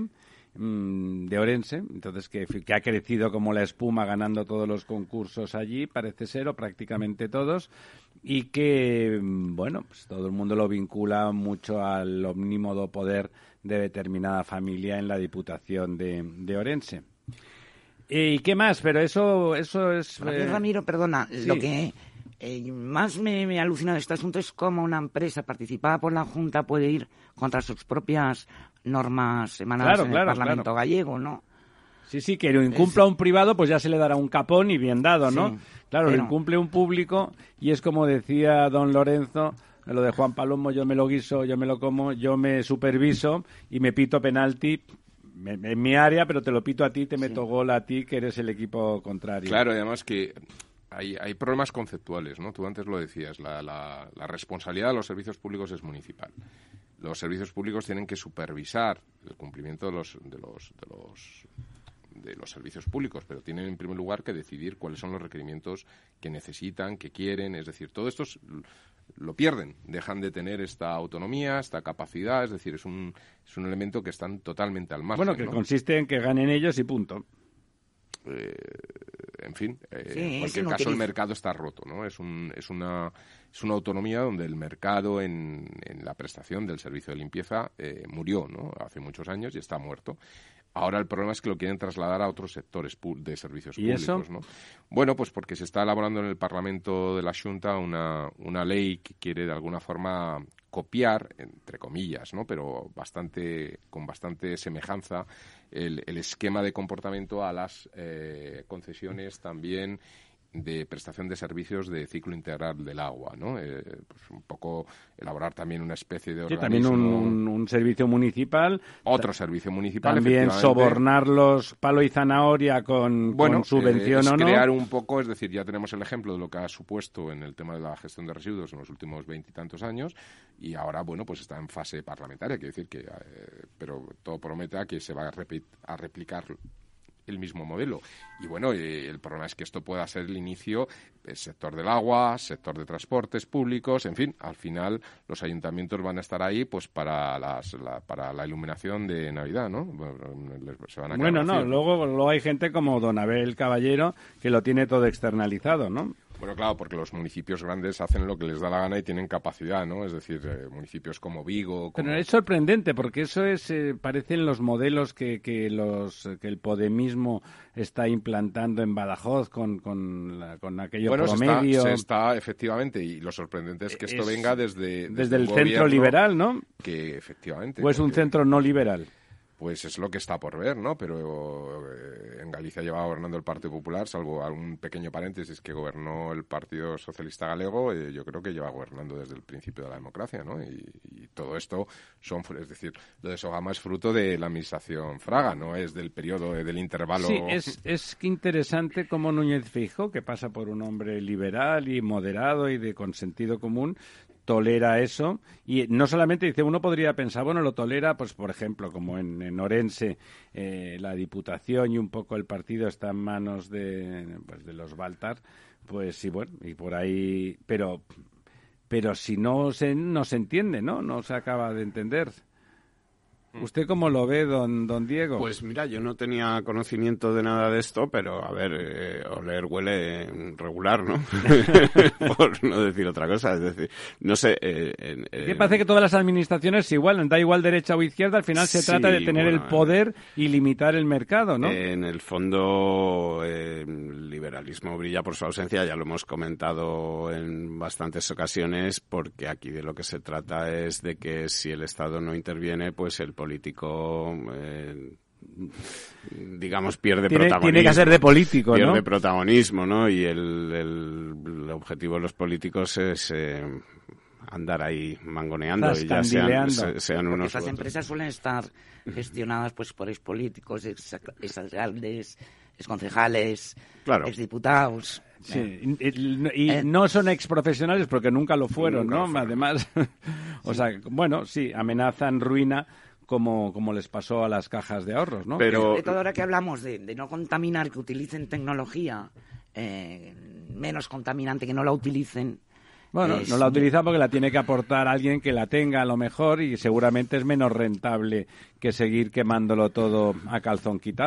mmm, de Orense, entonces que, que ha crecido como la espuma ganando todos los concursos allí, parece ser, o prácticamente todos, y que, bueno, pues todo el mundo lo vincula mucho al omnímodo poder de determinada familia en la Diputación de, de Orense. ¿Y qué más? Pero eso eso es... Eh... Ramiro, perdona, sí. lo que eh, más me, me alucina de este asunto es cómo una empresa participada por la Junta puede ir contra sus propias normas emanadas claro, en claro, el Parlamento claro. gallego, ¿no? Sí, sí, que lo incumpla un privado, pues ya se le dará un capón y bien dado, ¿no? Sí, claro, pero... lo incumple un público y es como decía don Lorenzo, lo de Juan Palomo, yo me lo guiso, yo me lo como, yo me superviso y me pito penalti en mi área, pero te lo pito a ti, te meto Sí. gol a ti, que eres el equipo contrario. Claro, y además que hay, hay problemas conceptuales, ¿no? Tú antes lo decías, la, la, la responsabilidad de los servicios públicos es municipal. Los servicios públicos tienen que supervisar el cumplimiento de los, de los, de los, de los servicios públicos, pero tienen en primer lugar que decidir cuáles son los requerimientos que necesitan, que quieren, es decir, todo esto es, lo pierden, dejan de tener esta autonomía, esta capacidad, es decir, es un, es un elemento que están totalmente al margen. Bueno, que ¿no? consiste en que ganen ellos y punto. Eh, en fin, eh, Sí, en cualquier no caso el utiliza- mercado está roto, ¿no? Es, un, es, una, es una autonomía donde el mercado en, en la prestación del servicio de limpieza eh, murió, ¿no? Hace muchos años y está muerto. Ahora el problema es que lo quieren trasladar a otros sectores pu- de servicios ¿Y públicos, eso? ¿no? Bueno, pues porque se está elaborando en el Parlamento de la Xunta una, una ley que quiere de alguna forma copiar, entre comillas, ¿no? Pero bastante, con bastante semejanza, el, el esquema de comportamiento a las eh, concesiones también de prestación de servicios de ciclo integral del agua, ¿no? Eh, pues un poco elaborar también una especie de Sí, organismo... también un, un, un servicio municipal. Otro servicio municipal, También efectivamente. sobornarlos palo y zanahoria con, Bueno, con subvención eh, es o no. crear un poco, es decir, ya tenemos el ejemplo de lo que ha supuesto en el tema de la gestión de residuos en los últimos veintitantos años y ahora, bueno, pues está en fase parlamentaria, quiere decir que, eh, pero todo promete a que se va a, repi- a replicar el mismo modelo. Y bueno, eh, el problema es que esto pueda ser el inicio del sector del agua, sector de transportes públicos, en fin, al final los ayuntamientos van a estar ahí pues para las la, para la iluminación de Navidad, ¿no? Bueno, les- se van a quedar Bueno, no, vacíos. luego, luego hay gente como don Abel Caballero que lo tiene todo externalizado, ¿no? Bueno, claro, porque los municipios grandes hacen lo que les da la gana y tienen capacidad, ¿no? Es decir, eh, municipios como Vigo... Como... Pero es sorprendente porque eso es eh, parecen los modelos que, que los que el podemismo está implantando en Badajoz con con, la, con aquello Bueno, se está, promedio. se está, efectivamente, y lo sorprendente es que esto Es venga desde... desde, desde el un centro gobierno liberal, ¿no? Que efectivamente... ¿O es un porque- centro no liberal? Pues es lo que está por ver, ¿no? Pero eh, en Galicia lleva gobernando el Partido Popular, salvo algún pequeño paréntesis que gobernó el Partido Socialista Galego, eh, yo creo que lleva gobernando desde el principio de la democracia, ¿no? Y, y todo esto son, es decir, lo de Sogama es fruto de la administración Fraga, no es del periodo, eh, del intervalo... Sí, es, es que interesante cómo Núñez Feijóo, que pasa por un hombre liberal y moderado y de con sentido común, tolera eso y no solamente dice, uno podría pensar, bueno, lo tolera, pues por ejemplo, como en, en Orense eh, la Diputación y un poco el partido está en manos de, pues, de los Baltar, pues sí, bueno, y por ahí, pero pero si no se, no se entiende, ¿no? No se acaba de entender. ¿Usted cómo lo ve, don don Diego? Pues mira, yo no tenía conocimiento de nada de esto, pero a ver, eh, oler huele regular, ¿no? Por no decir otra cosa, es decir, no sé... Eh, eh, Es que parece que todas las administraciones se igualan, da igual derecha o izquierda, al final se Sí, trata de tener bueno, el poder y limitar el mercado, ¿no? Eh, en el fondo, eh, el liberalismo brilla por su ausencia, ya lo hemos comentado en bastantes ocasiones, porque aquí de lo que se trata es de que si el Estado no interviene, pues el político, eh, digamos, pierde tiene, protagonismo. tiene que ser de político, pierde ¿no? protagonismo, ¿no? Y el, el, el objetivo de los políticos es eh, andar ahí mangoneando y ya sean, Zascandileando. se- sean Porque unos u estas otros. empresas suelen estar gestionadas pues por expolíticos, ex exalcaldes, exconcejales, Claro. exdiputados. Sí, Eh, y, y Eh. no son exprofesionales porque nunca lo fueron, Nunca ¿no? lo fueron. Además, o sea, bueno, sí, amenazan ruina como, como les pasó a las cajas de ahorros, ¿no? Pero- Sobre todo ahora que hablamos de, de no contaminar, que utilicen tecnología eh, menos contaminante, que no la utilicen. Bueno, es- no la utiliza porque la tiene que aportar alguien que la tenga a lo mejor y seguramente es menos rentable que seguir quemándolo todo a calzón quitado.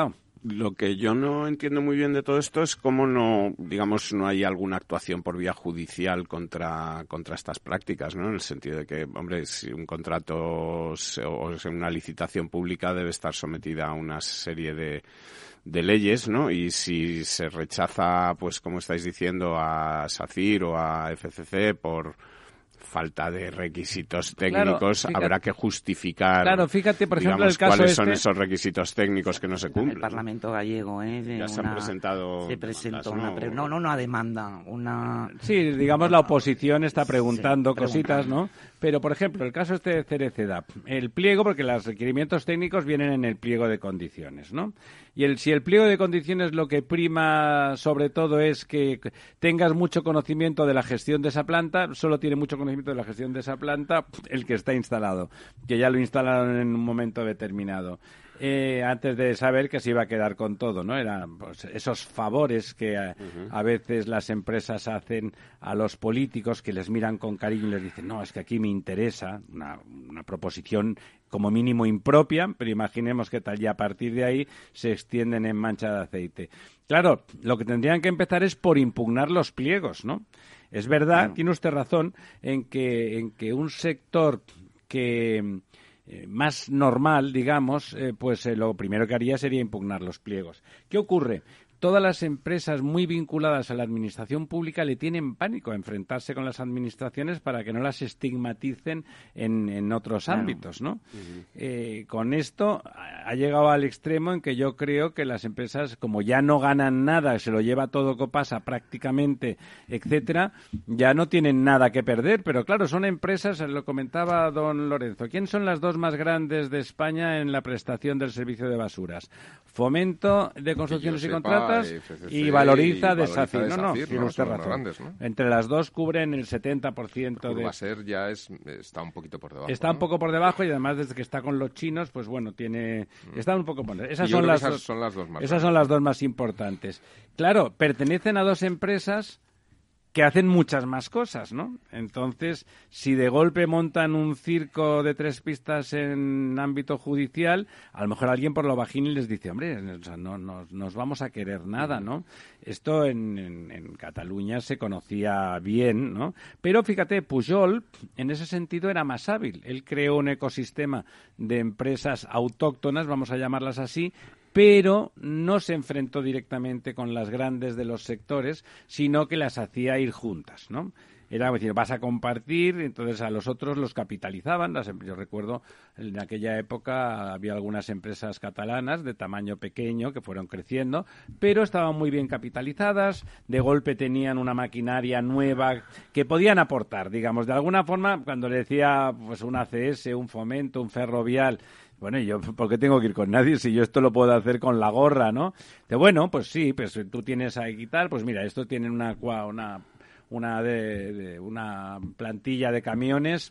Lo que yo no entiendo muy bien de todo esto es cómo no, digamos, no hay alguna actuación por vía judicial contra contra estas prácticas, ¿no? En el sentido de que, hombre, si un contrato o sea, una licitación pública debe estar sometida a una serie de de leyes, ¿no? Y si se rechaza, pues como estáis diciendo, a SACIR o a F C C por falta de requisitos técnicos, claro, habrá que justificar, claro, fíjate, por ejemplo, digamos, el caso cuáles este, son esos requisitos técnicos que no se cumplen. El Parlamento gallego, ¿eh? De ya una, se han presentado... Se presentó demandas, una... Pre, no, no una demanda, una... Sí, digamos, la oposición está preguntando sí, cositas, preguntando. ¿no? Pero, por ejemplo, el caso este de Cereceda, el pliego, porque los requerimientos técnicos vienen en el pliego de condiciones, ¿no? Y el, si el pliego de condiciones lo que prima sobre todo es que tengas mucho conocimiento de la gestión de esa planta, solo tiene mucho conocimiento de la gestión de esa planta el que está instalado, que ya lo instalaron en un momento determinado. Eh, antes de saber que se iba a quedar con todo, ¿no? Eran pues, esos favores que a, uh-huh. a veces las empresas hacen a los políticos, que les miran con cariño y les dicen, no, es que aquí me interesa una, una proposición como mínimo impropia, pero imaginemos que tal, y a partir de ahí se extienden en mancha de aceite. Claro, lo que tendrían que empezar es por impugnar los pliegos, ¿no? Es verdad, uh-huh. tiene usted razón, en que, en que un sector que... Eh, más normal, digamos, eh, pues eh, lo primero que haría sería impugnar los pliegos. ¿Qué ocurre? Todas las empresas muy vinculadas a la administración pública le tienen pánico a enfrentarse con las administraciones para que no las estigmaticen en, en otros claro. ámbitos, ¿no? Uh-huh. Eh, con esto ha llegado al extremo en que yo creo que las empresas, como ya no ganan nada, se lo lleva todo Copasa prácticamente, etcétera, ya no tienen nada que perder. Pero claro, son empresas, lo comentaba don Lorenzo, ¿quién son las dos más grandes de España en la prestación del servicio de basuras? Fomento de Construcciones y Contratos y Valoriza de SACIR. No, no, tiene usted razón. Grandes, ¿no? Entre las dos cubren el setenta por ciento de... Urbaser ya es, está un poquito por debajo. Está ¿no? un poco por debajo y además desde que está con los chinos, pues bueno, tiene... Mm. Está un poco por debajo. Esas, son las, esas son las dos más Esas son las dos más importantes. Claro, pertenecen a dos empresas que hacen muchas más cosas, ¿no? Entonces, si de golpe montan un circo de tres pistas en ámbito judicial, a lo mejor alguien por lo bajín les dice, hombre, o sea, no nos, nos vamos a querer nada, ¿no? Esto en, en, en Cataluña se conocía bien, ¿no? Pero fíjate, Pujol, en ese sentido, era más hábil. Él creó un ecosistema de empresas autóctonas, vamos a llamarlas así, pero no se enfrentó directamente con las grandes de los sectores, sino que las hacía ir juntas, ¿no? Era decir, vas a compartir, entonces a los otros los capitalizaban. Las, yo recuerdo, en aquella época había algunas empresas catalanas de tamaño pequeño que fueron creciendo, pero estaban muy bien capitalizadas, de golpe tenían una maquinaria nueva que podían aportar, digamos, de alguna forma, cuando le decía pues un A C S, un Fomento, un Ferrovial... Bueno, yo, ¿por qué tengo que ir con nadie si yo esto lo puedo hacer con la gorra, no? De bueno, pues sí, pues tú tienes ahí y tal, pues mira, estos tienen una una una de, de una plantilla de camiones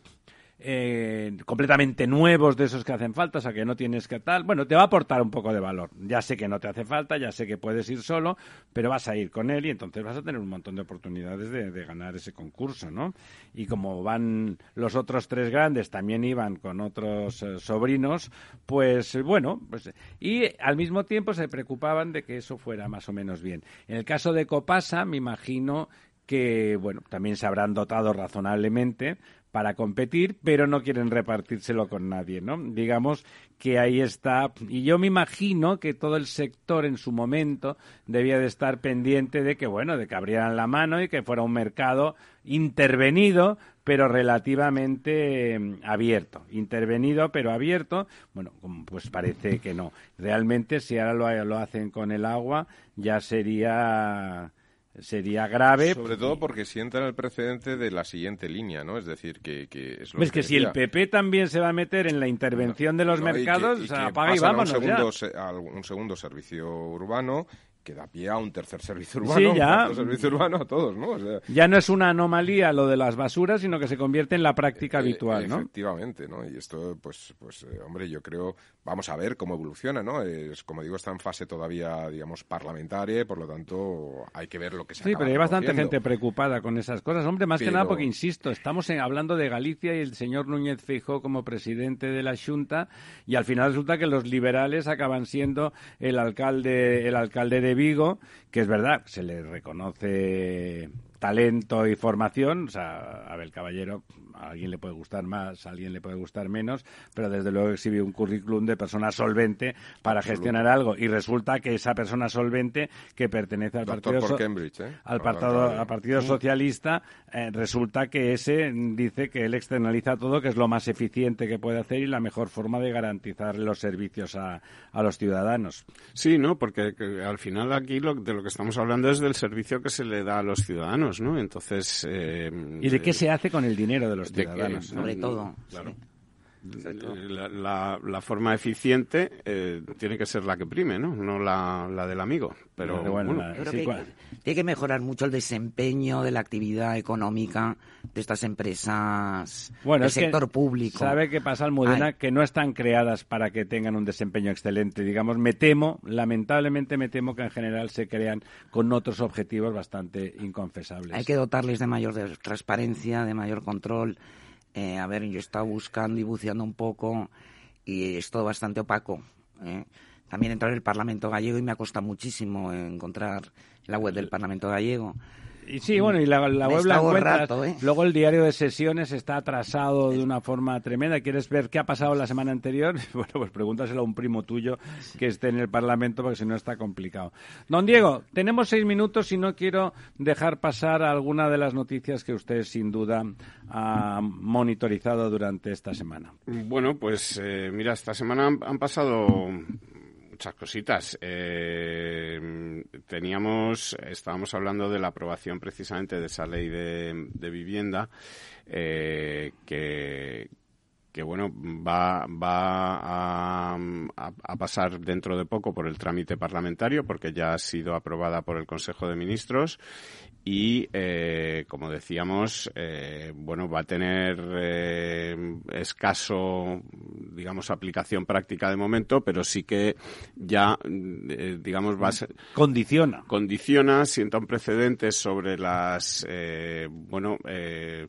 eh, completamente nuevos de esos que hacen falta, o sea que no tienes que tal, bueno, te va a aportar un poco de valor. Ya sé que no te hace falta, ya sé que puedes ir solo, pero vas a ir con él y entonces vas a tener un montón de oportunidades de, de ganar ese concurso, ¿no? Y como van los otros tres grandes, también iban con otros eh, sobrinos, pues eh, bueno, pues y al mismo tiempo se preocupaban de que eso fuera más o menos bien. En el caso de Copasa, me imagino que, bueno, también se habrán dotado razonablemente para competir, pero no quieren repartírselo con nadie, ¿no? Digamos que ahí está, y yo me imagino que todo el sector en su momento debía de estar pendiente de que, bueno, de que abrieran la mano y que fuera un mercado intervenido, pero relativamente eh, abierto. Intervenido, pero abierto, bueno, pues parece que no. Realmente, si ahora lo, lo hacen con el agua, ya sería... sería grave. Sobre todo porque sientan el precedente de la siguiente línea, ¿no? Es decir, que, que es lo ¿Ves que, que si el P P también se va a meter en la intervención no, de los no, mercados, y que, y o sea, apaga y vámonos un segundo, ya. Se, un segundo servicio urbano que da pie a un tercer servicio urbano, sí, ya. un servicio urbano a todos, ¿no? O sea, ya no es una anomalía lo de las basuras, sino que se convierte en la práctica eh, habitual, ¿no? Efectivamente, ¿no? Y esto, pues, pues eh, hombre, yo creo, vamos a ver cómo evoluciona, ¿no? Es, como digo, está en fase todavía, digamos, parlamentaria, y por lo tanto hay que ver lo que se Sí, acaba pero hay bastante recogiendo. gente preocupada con esas cosas. Hombre, más Pero... que nada porque, insisto, estamos en, hablando de Galicia y el señor Núñez Feijóo como presidente de la Xunta, y al final resulta que los liberales acaban siendo el alcalde, el alcalde de Vigo, que es verdad, se le reconoce talento y formación, o sea, Abel Caballero, a alguien le puede gustar más, a alguien le puede gustar menos, pero desde luego exhibe un currículum de persona solvente para Absoluto. gestionar algo, y resulta que esa persona solvente que pertenece al Doctor partido por so- Cambridge, ¿eh? al, Por partido, tanto, al partido socialista, eh, resulta que ese dice que él externaliza todo, que es lo más eficiente que puede hacer y la mejor forma de garantizar los servicios a, a los ciudadanos. Sí, ¿no? Porque que, al final aquí lo, de lo que estamos hablando es del servicio que se le da a los ciudadanos, ¿no? Entonces... Eh, ¿Y de qué eh, se hace con el dinero de los de ciudadanos? que- ¿no? Sobre todo. Claro. Sí. Sobre todo. La, la, la forma eficiente eh, tiene que ser la que prime, ¿no? No la, la del amigo. Pero, Pero bueno, bueno, la- Yo creo sí, que cual- tiene que mejorar mucho el desempeño de la actividad económica de estas empresas Bueno, del es que sector público. ¿Sabe qué pasa, Almudena? Ay. Que no están creadas para que tengan un desempeño excelente. Digamos, me temo, lamentablemente me temo que en general se crean con otros objetivos bastante inconfesables. Hay que dotarles de mayor de transparencia, de mayor control. Eh, a ver, yo he estado buscando y buceando un poco y es todo bastante opaco. ¿eh? También entrar en el Parlamento Gallego y me ha costado muchísimo encontrar la web del Parlamento Gallego. Y sí, bueno, y la, la Me web la estaba encuentras. rato, ¿eh? Luego el diario de sesiones está atrasado de una forma tremenda. ¿Quieres ver qué ha pasado la semana anterior? Bueno, pues pregúntaselo a un primo tuyo que esté en el Parlamento, porque si no está complicado. Don Diego, tenemos seis minutos y no quiero dejar pasar alguna de las noticias que usted sin duda ha monitorizado durante esta semana. bueno, pues eh, mira, esta semana han, han pasado muchas cositas. Eh, teníamos, estábamos hablando de la aprobación precisamente de esa ley de, de vivienda eh, que que bueno, va, va a, a, a pasar dentro de poco por el trámite parlamentario porque ya ha sido aprobada por el Consejo de Ministros y, eh, como decíamos, eh, bueno, va a tener eh, escaso, digamos, aplicación práctica de momento, pero sí que ya, eh, digamos, va a ser... Condiciona. Condiciona, sienta un precedente sobre las, eh, bueno... Eh,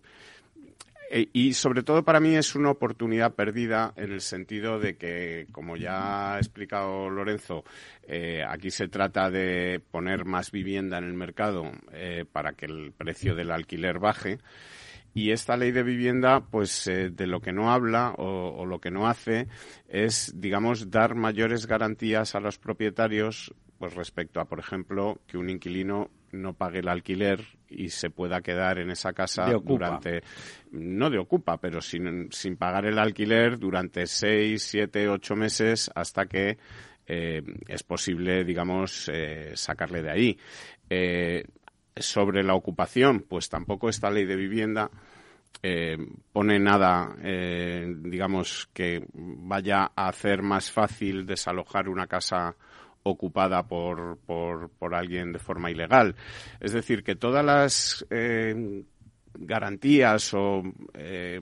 Y sobre todo para mí es una oportunidad perdida en el sentido de que, como ya ha explicado Lorenzo, eh, aquí se trata de poner más vivienda en el mercado eh, para que el precio del alquiler baje. Y esta ley de vivienda, pues eh, de lo que no habla o, o lo que no hace es, digamos, dar mayores garantías a los propietarios pues respecto a, por ejemplo, que un inquilino no pague el alquiler y se pueda quedar en esa casa durante, no de ocupa, pero sin, sin pagar el alquiler durante seis, siete, ocho meses hasta que eh, es posible, digamos, eh, sacarle de ahí. Eh, sobre la ocupación, pues tampoco esta ley de vivienda eh, pone nada, eh, digamos, que vaya a hacer más fácil desalojar una casa ocupada por, por, por alguien de forma ilegal. Es decir, que todas las eh, garantías o eh,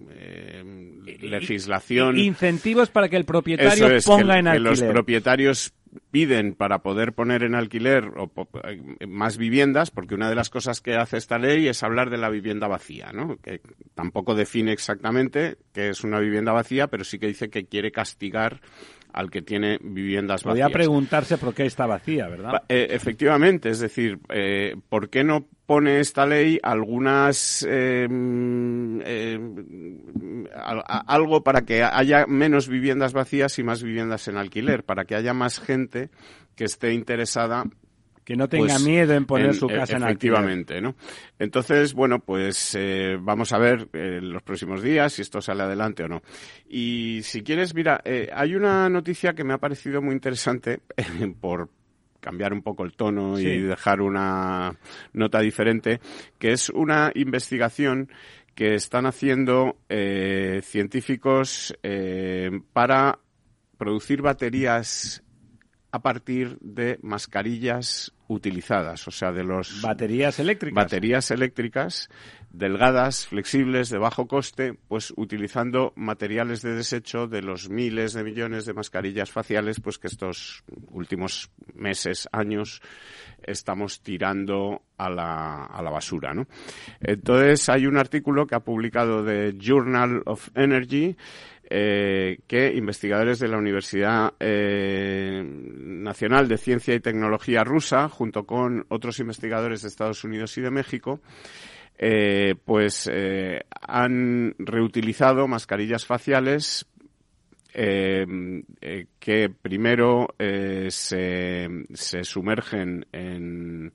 eh, legislación... Incentivos para que el propietario Eso es, ponga que, en que alquiler. los propietarios piden para poder poner en alquiler o, po, más viviendas, porque una de las cosas que hace esta ley es hablar de la vivienda vacía, ¿no? Que tampoco define exactamente qué es una vivienda vacía, pero sí que dice que quiere castigar al que tiene viviendas Podría vacías. preguntarse por qué está vacía, ¿verdad? Eh, efectivamente, es decir, eh, ¿por qué no pone esta ley algunas eh, eh, a, a, algo para que haya menos viviendas vacías y más viviendas en alquiler, para que haya más gente que esté interesada? Que no tenga pues, miedo en poner en, su casa en alquiler. Efectivamente, ¿no? Entonces, bueno, pues eh, vamos a ver en eh, los próximos días si esto sale adelante o no. Y si quieres, mira, eh, hay una noticia que me ha parecido muy interesante eh, por cambiar un poco el tono sí. y dejar una nota diferente, que es una investigación que están haciendo eh, científicos eh, para producir baterías a partir de mascarillas utilizadas, o sea, de los... Baterías eléctricas. Baterías eléctricas, delgadas, flexibles, de bajo coste, pues utilizando materiales de desecho de los miles de millones de mascarillas faciales, pues que estos últimos meses, años, estamos tirando a la, a la basura, ¿no? Entonces, hay un artículo que ha publicado The Journal of Energy, Eh, que investigadores de la Universidad eh, Nacional de Ciencia y Tecnología rusa, junto con otros investigadores de Estados Unidos y de México, eh, pues eh, han reutilizado mascarillas faciales eh, eh, que primero eh, se, se sumergen en...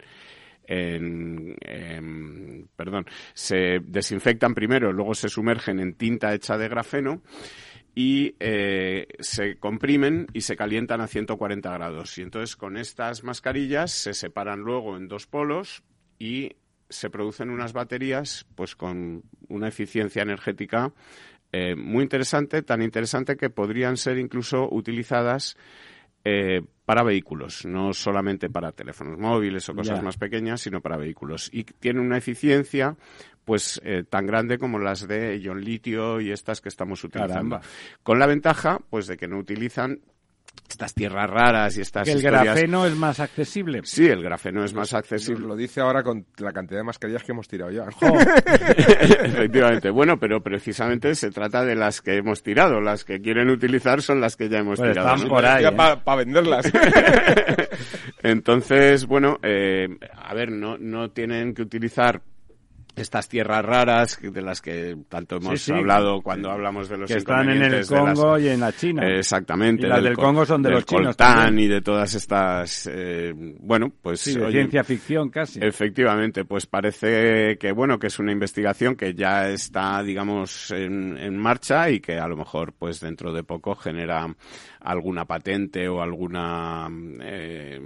En, en, perdón, se desinfectan primero, luego se sumergen en tinta hecha de grafeno y eh, se comprimen y se calientan a ciento cuarenta grados. Y entonces con estas mascarillas se separan luego en dos polos y se producen unas baterías pues con una eficiencia energética eh, muy interesante, tan interesante que podrían ser incluso utilizadas Eh, para vehículos, no solamente para teléfonos móviles o cosas ya. más pequeñas, sino para vehículos. Y tiene una eficiencia pues eh, tan grande como las de ion litio y estas que estamos utilizando. Caramba. Con la ventaja pues de que no utilizan estas tierras raras y estas que el historias. grafeno es más accesible. Sí, el grafeno es más accesible. Lo, lo dice ahora con la cantidad de mascarillas que hemos tirado ya. Efectivamente. Bueno, pero precisamente se trata de las que hemos tirado. Las que quieren utilizar son las que ya hemos pues tirado. Están por ahí, ¿eh? Para pa venderlas. Entonces, bueno, eh, a ver, no, no tienen que utilizar estas tierras raras de las que tanto hemos sí, sí, hablado cuando hablamos de los que están en el Congo las, y en la China. Eh, exactamente. Y las del, del Congo son de del los chinos coltán también. Y de todas estas, eh, bueno, pues... Sí, de oye, ciencia ficción casi. Efectivamente, pues parece que, bueno, que es una investigación que ya está, digamos, en, en marcha y que a lo mejor, pues dentro de poco genera alguna patente o alguna eh,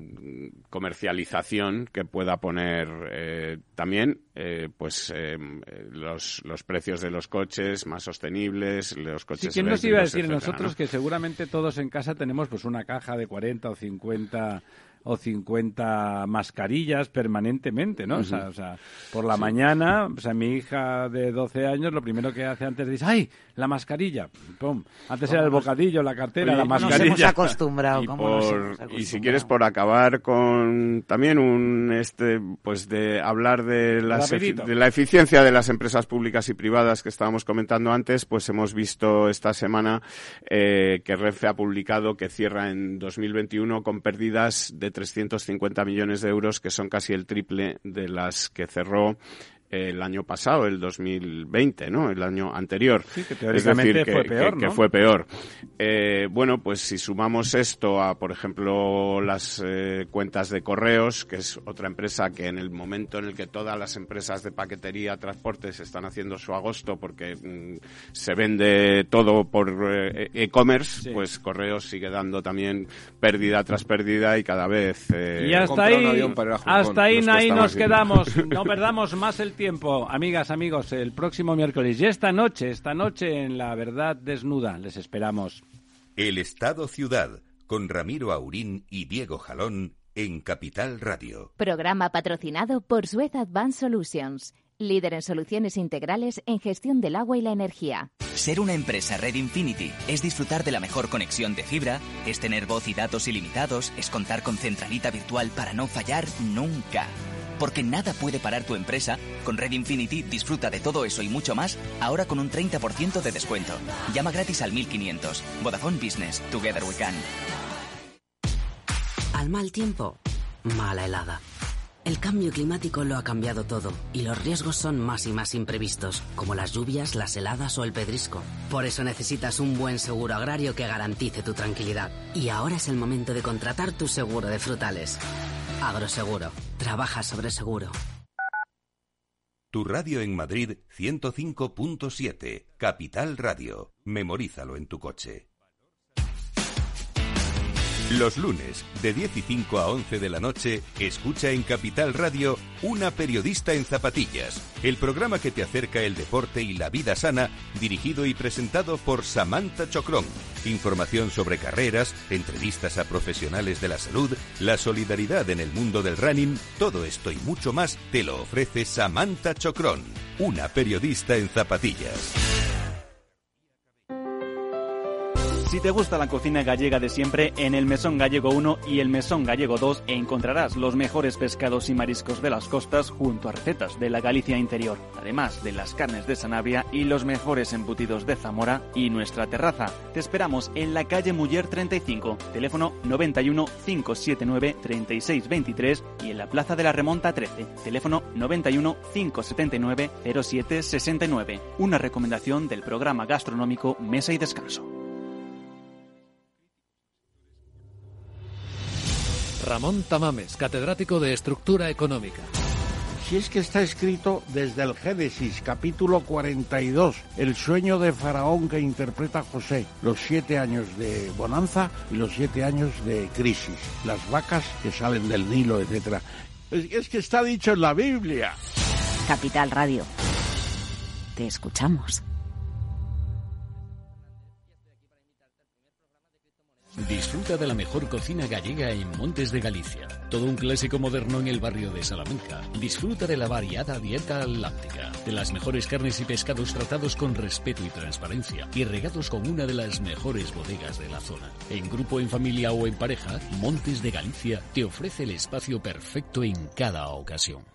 comercialización que pueda poner eh, también eh, pues eh, los, los precios de los coches más sostenibles, los coches sí, ¿quién nos iba a decir etcétera, nosotros, ¿no? Que seguramente todos en casa tenemos pues una caja de cuarenta o cincuenta o cincuenta mascarillas permanentemente, ¿no? Uh-huh. o, sea, o sea, por la sí. mañana, o sea, mi hija de doce años lo primero que hace antes dice, ¡ay, la mascarilla! ¡Pum! Antes era el bocadillo, la cartera, Oye, la mascarilla. Nos hemos acostumbrado. Y, ¿cómo por, nos hemos acostumbrado? Y si quieres, por acabar con también un, este, pues de hablar de, las efi- de la eficiencia de las empresas públicas y privadas que estábamos comentando antes, pues hemos visto esta semana eh, que Renfe ha publicado que cierra en dos mil veintiuno con pérdidas de trescientos cincuenta millones de euros, que son casi el triple de las que cerró el año pasado, el dos mil veinte, ¿no? El año anterior. Sí, que teóricamente es decir, que, fue peor, que, ¿no? que fue peor. Eh, bueno, pues si sumamos esto a, por ejemplo, las eh, cuentas de correos, que es otra empresa que en el momento en el que todas las empresas de paquetería, transportes están haciendo su agosto porque mm, se vende todo por eh, e-commerce, sí. Pues correos sigue dando también pérdida tras pérdida y cada vez... Eh, y hasta ahí, hasta ahí, ahí nos quedamos. No perdamos más el tiempo, amigas, amigos, el próximo miércoles y esta noche, esta noche en La Verdad Desnuda, les esperamos. El Estado Ciudad, con Ramiro Aurín y Diego Jalón en Capital Radio. Programa patrocinado por Suez Advanced Solutions, líder en soluciones integrales en gestión del agua y la energía. Ser una empresa Red Infinity es disfrutar de la mejor conexión de fibra, es tener voz y datos ilimitados, es contar con centralita virtual para no fallar nunca. Porque nada puede parar tu empresa, con Red Infinity disfruta de todo eso y mucho más, ahora con un treinta por ciento de descuento. Llama gratis al mil quinientos. Vodafone Business. Together we can. Al mal tiempo, mala helada. El cambio climático lo ha cambiado todo y los riesgos son más y más imprevistos, como las lluvias, las heladas o el pedrisco. Por eso necesitas un buen seguro agrario que garantice tu tranquilidad. Y ahora es el momento de contratar tu seguro de frutales. Agroseguro. Trabaja sobre seguro. Tu radio en Madrid ciento cinco punto siete. Capital Radio. Memorízalo en tu coche. Los lunes, de diez y cinco a once de la noche, escucha en Capital Radio Una periodista en zapatillas, el programa que te acerca el deporte y la vida sana, dirigido y presentado por Samantha Chocrón. Información sobre carreras, entrevistas a profesionales de la salud, la solidaridad en el mundo del running, todo esto y mucho más te lo ofrece Samantha Chocrón, una periodista en zapatillas. Si te gusta la cocina gallega de siempre, en el Mesón Gallego uno y el Mesón Gallego dos encontrarás los mejores pescados y mariscos de las costas junto a recetas de la Galicia interior, además de las carnes de Sanabria y los mejores embutidos de Zamora y nuestra terraza. Te esperamos en la calle Muller treinta y cinco, teléfono noventa y uno, cinco setenta y nueve, treinta y seis veintitrés y en la Plaza de la Remonta trece, teléfono noventa y uno, cinco setenta y nueve, cero siete sesenta y nueve. Una recomendación del programa gastronómico Mesa y Descanso. Ramón Tamames, catedrático de Estructura Económica. Si es que está escrito desde el Génesis, capítulo cuarenta y dos, el sueño de Faraón que interpreta José, los siete años de bonanza y los siete años de crisis, las vacas que salen del Nilo, etcétera. Es, es que está dicho en la Biblia. Capital Radio. Te escuchamos. Disfruta de la mejor cocina gallega en Montes de Galicia. Todo un clásico moderno en el barrio de Salamanca. Disfruta de la variada dieta atlántica, de las mejores carnes y pescados tratados con respeto y transparencia y regados con una de las mejores bodegas de la zona. En grupo, en familia o en pareja, Montes de Galicia te ofrece el espacio perfecto en cada ocasión.